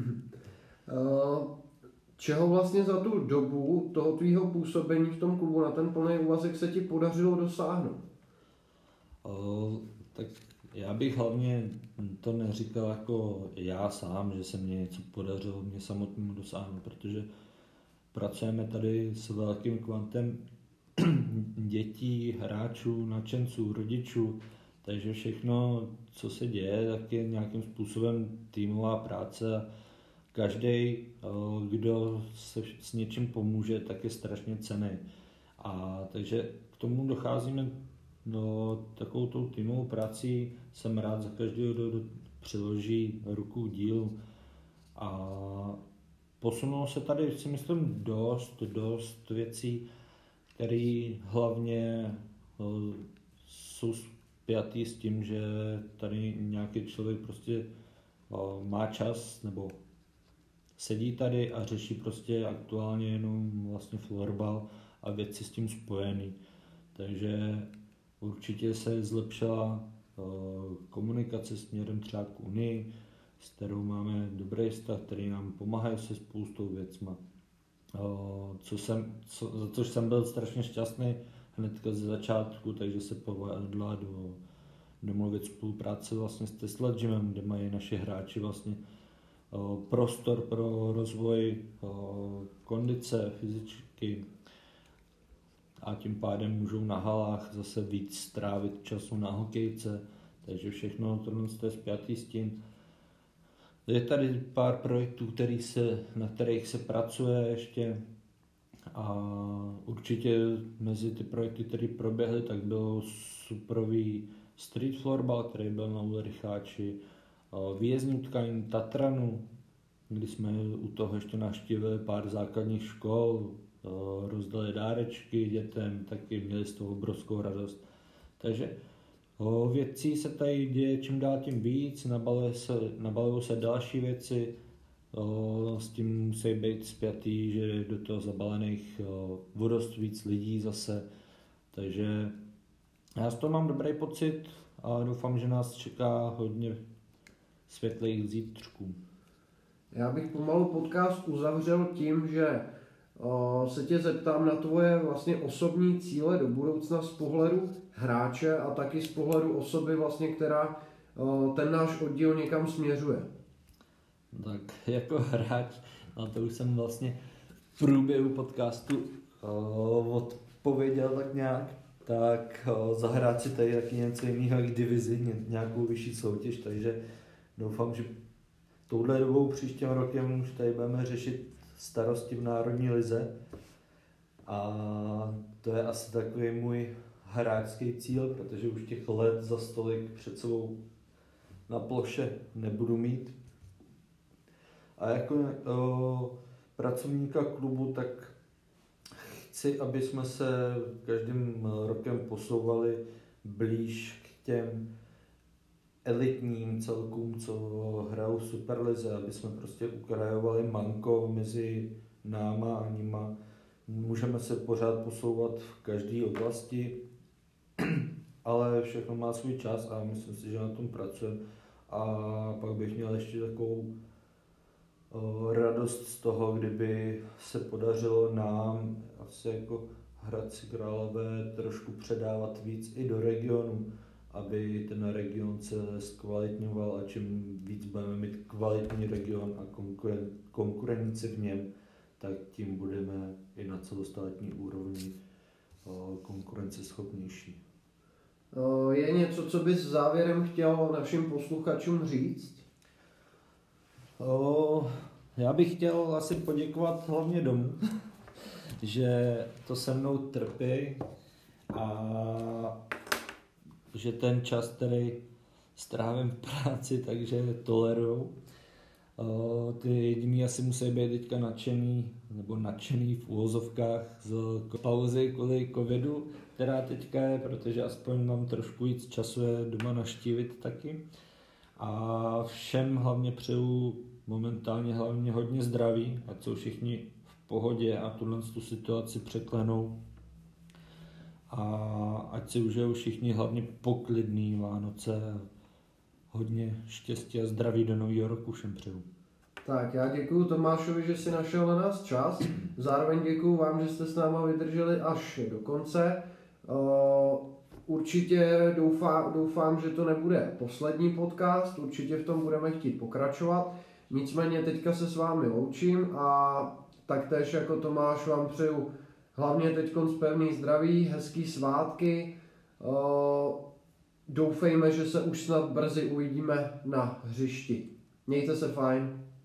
Čeho vlastně za tu dobu toho tvýho působení v tom klubu na ten plný úvazek se ti podařilo dosáhnout? Tak já bych hlavně to neříkal jako já sám, že se mně něco podařilo mě samotnému dosáhnout, protože pracujeme tady s velkým kvantem dětí, hráčů, nadšenců, rodičů, takže všechno, co se děje, tak je nějakým způsobem týmová práce. Každý, kdo se s něčím pomůže, tak je strašně cenný. A takže k tomu docházíme takovou tou týmovou prací. Jsem rád za každého, kdo přiloží ruku dílu. A posunulo se tady, si myslím, dost věcí, které hlavně jsou spjatý s tím, že tady nějaký člověk prostě má čas nebo sedí tady a řeší prostě aktuálně jenom vlastně florbal a věci s tím spojený. Takže určitě se zlepšila komunikace směrem třeba k Unii, s kterou máme dobrý vztah, který nám pomáhají se spoustou věcma. Za což jsem byl strašně šťastný hnedka ze začátku, takže se povedla domluvit spolupráce vlastně s Tesla Gymem, kde mají naši hráči vlastně prostor pro rozvoj kondice, fyzičky a tím pádem můžou na halách zase víc strávit času na hokejce, takže všechno tohle je spjatý s tím. Je tady pár projektů, na kterých se pracuje ještě a určitě mezi ty projekty, které proběhly, tak byl superový street florbal, který byl na Ulricháči, výjezdní utkání Tatranu, kdy jsme u toho ještě navštívili pár základních škol, rozdali dárečky dětem, taky měli z toho obrovskou radost. Takže věcí se tady děje čím dál tím víc, nabalují se další věci, s tím musí být spjatý, že do toho zabalených o dost víc lidí zase, takže já z toho mám dobrý pocit a doufám, že nás čeká hodně světlých zítřků. Já bych pomalu podcast uzavřel tím, že se tě zeptám na tvoje vlastně osobní cíle do budoucna z pohledu hráče a taky z pohledu osoby vlastně, která ten náš oddíl někam směřuje. Tak jako hráč, a to už jsem vlastně v průběhu podcastu odpověděl tak nějak, tak zahrát si tady taky něco jiného jak divizi, nějakou vyšší soutěž, takže doufám, že touhle dobou příštím rokem už tady budeme řešit starosti v Národní lize a to je asi takový můj hráčský cíl, protože už těch let za stolik před sebou na ploše nebudu mít. A jako pracovníka klubu tak chci, aby jsme se každým rokem posouvali blíž k těm elitním celkům, co hrajou v Superlize, aby jsme prostě ukrajovali manko mezi náma a nima. Můžeme se pořád posouvat v každé oblasti, ale všechno má svůj čas a myslím si, že na tom pracujeme. A pak bych měl ještě takovou radost z toho, kdyby se podařilo nám asi jako Hradci Králové trošku předávat víc i do regionu, aby ten region se zkvalitňoval a čím víc budeme mít kvalitní region a konkurenci v něm, tak tím budeme i na celostátní úrovni konkurenceschopnější. Je něco, co bys závěrem chtěl našim posluchačům říct? Já bych chtěl asi poděkovat hlavně domů, že to se mnou trpí a že ten čas, který strávím v práci, takže tolerujou. Ty jediný asi musí být teďka nadšený v uvozovkách z pauzy kvůli covidu, která teďka je, protože aspoň mám trošku víc času je doma navštívit taky. A všem hlavně přeju momentálně hlavně hodně zdraví, ať jsou všichni v pohodě a tu situaci překlenou. A ať si užijou všichni hlavně poklidný Vánoce. Hodně štěstí a zdraví do nového roku všem přeju. Tak já děkuju Tomášovi, že si našel na nás čas. Zároveň děkuju vám, že jste s náma vydrželi až do konce. Určitě doufám, že to nebude poslední podcast, určitě v tom budeme chtít pokračovat. Nicméně teďka se s vámi loučím a taktéž jako Tomáš vám přeju hlavně teďkon pevný zdraví, hezký svátky. Doufejme, že se už snad brzy uvidíme na hřišti. Mějte se fajn.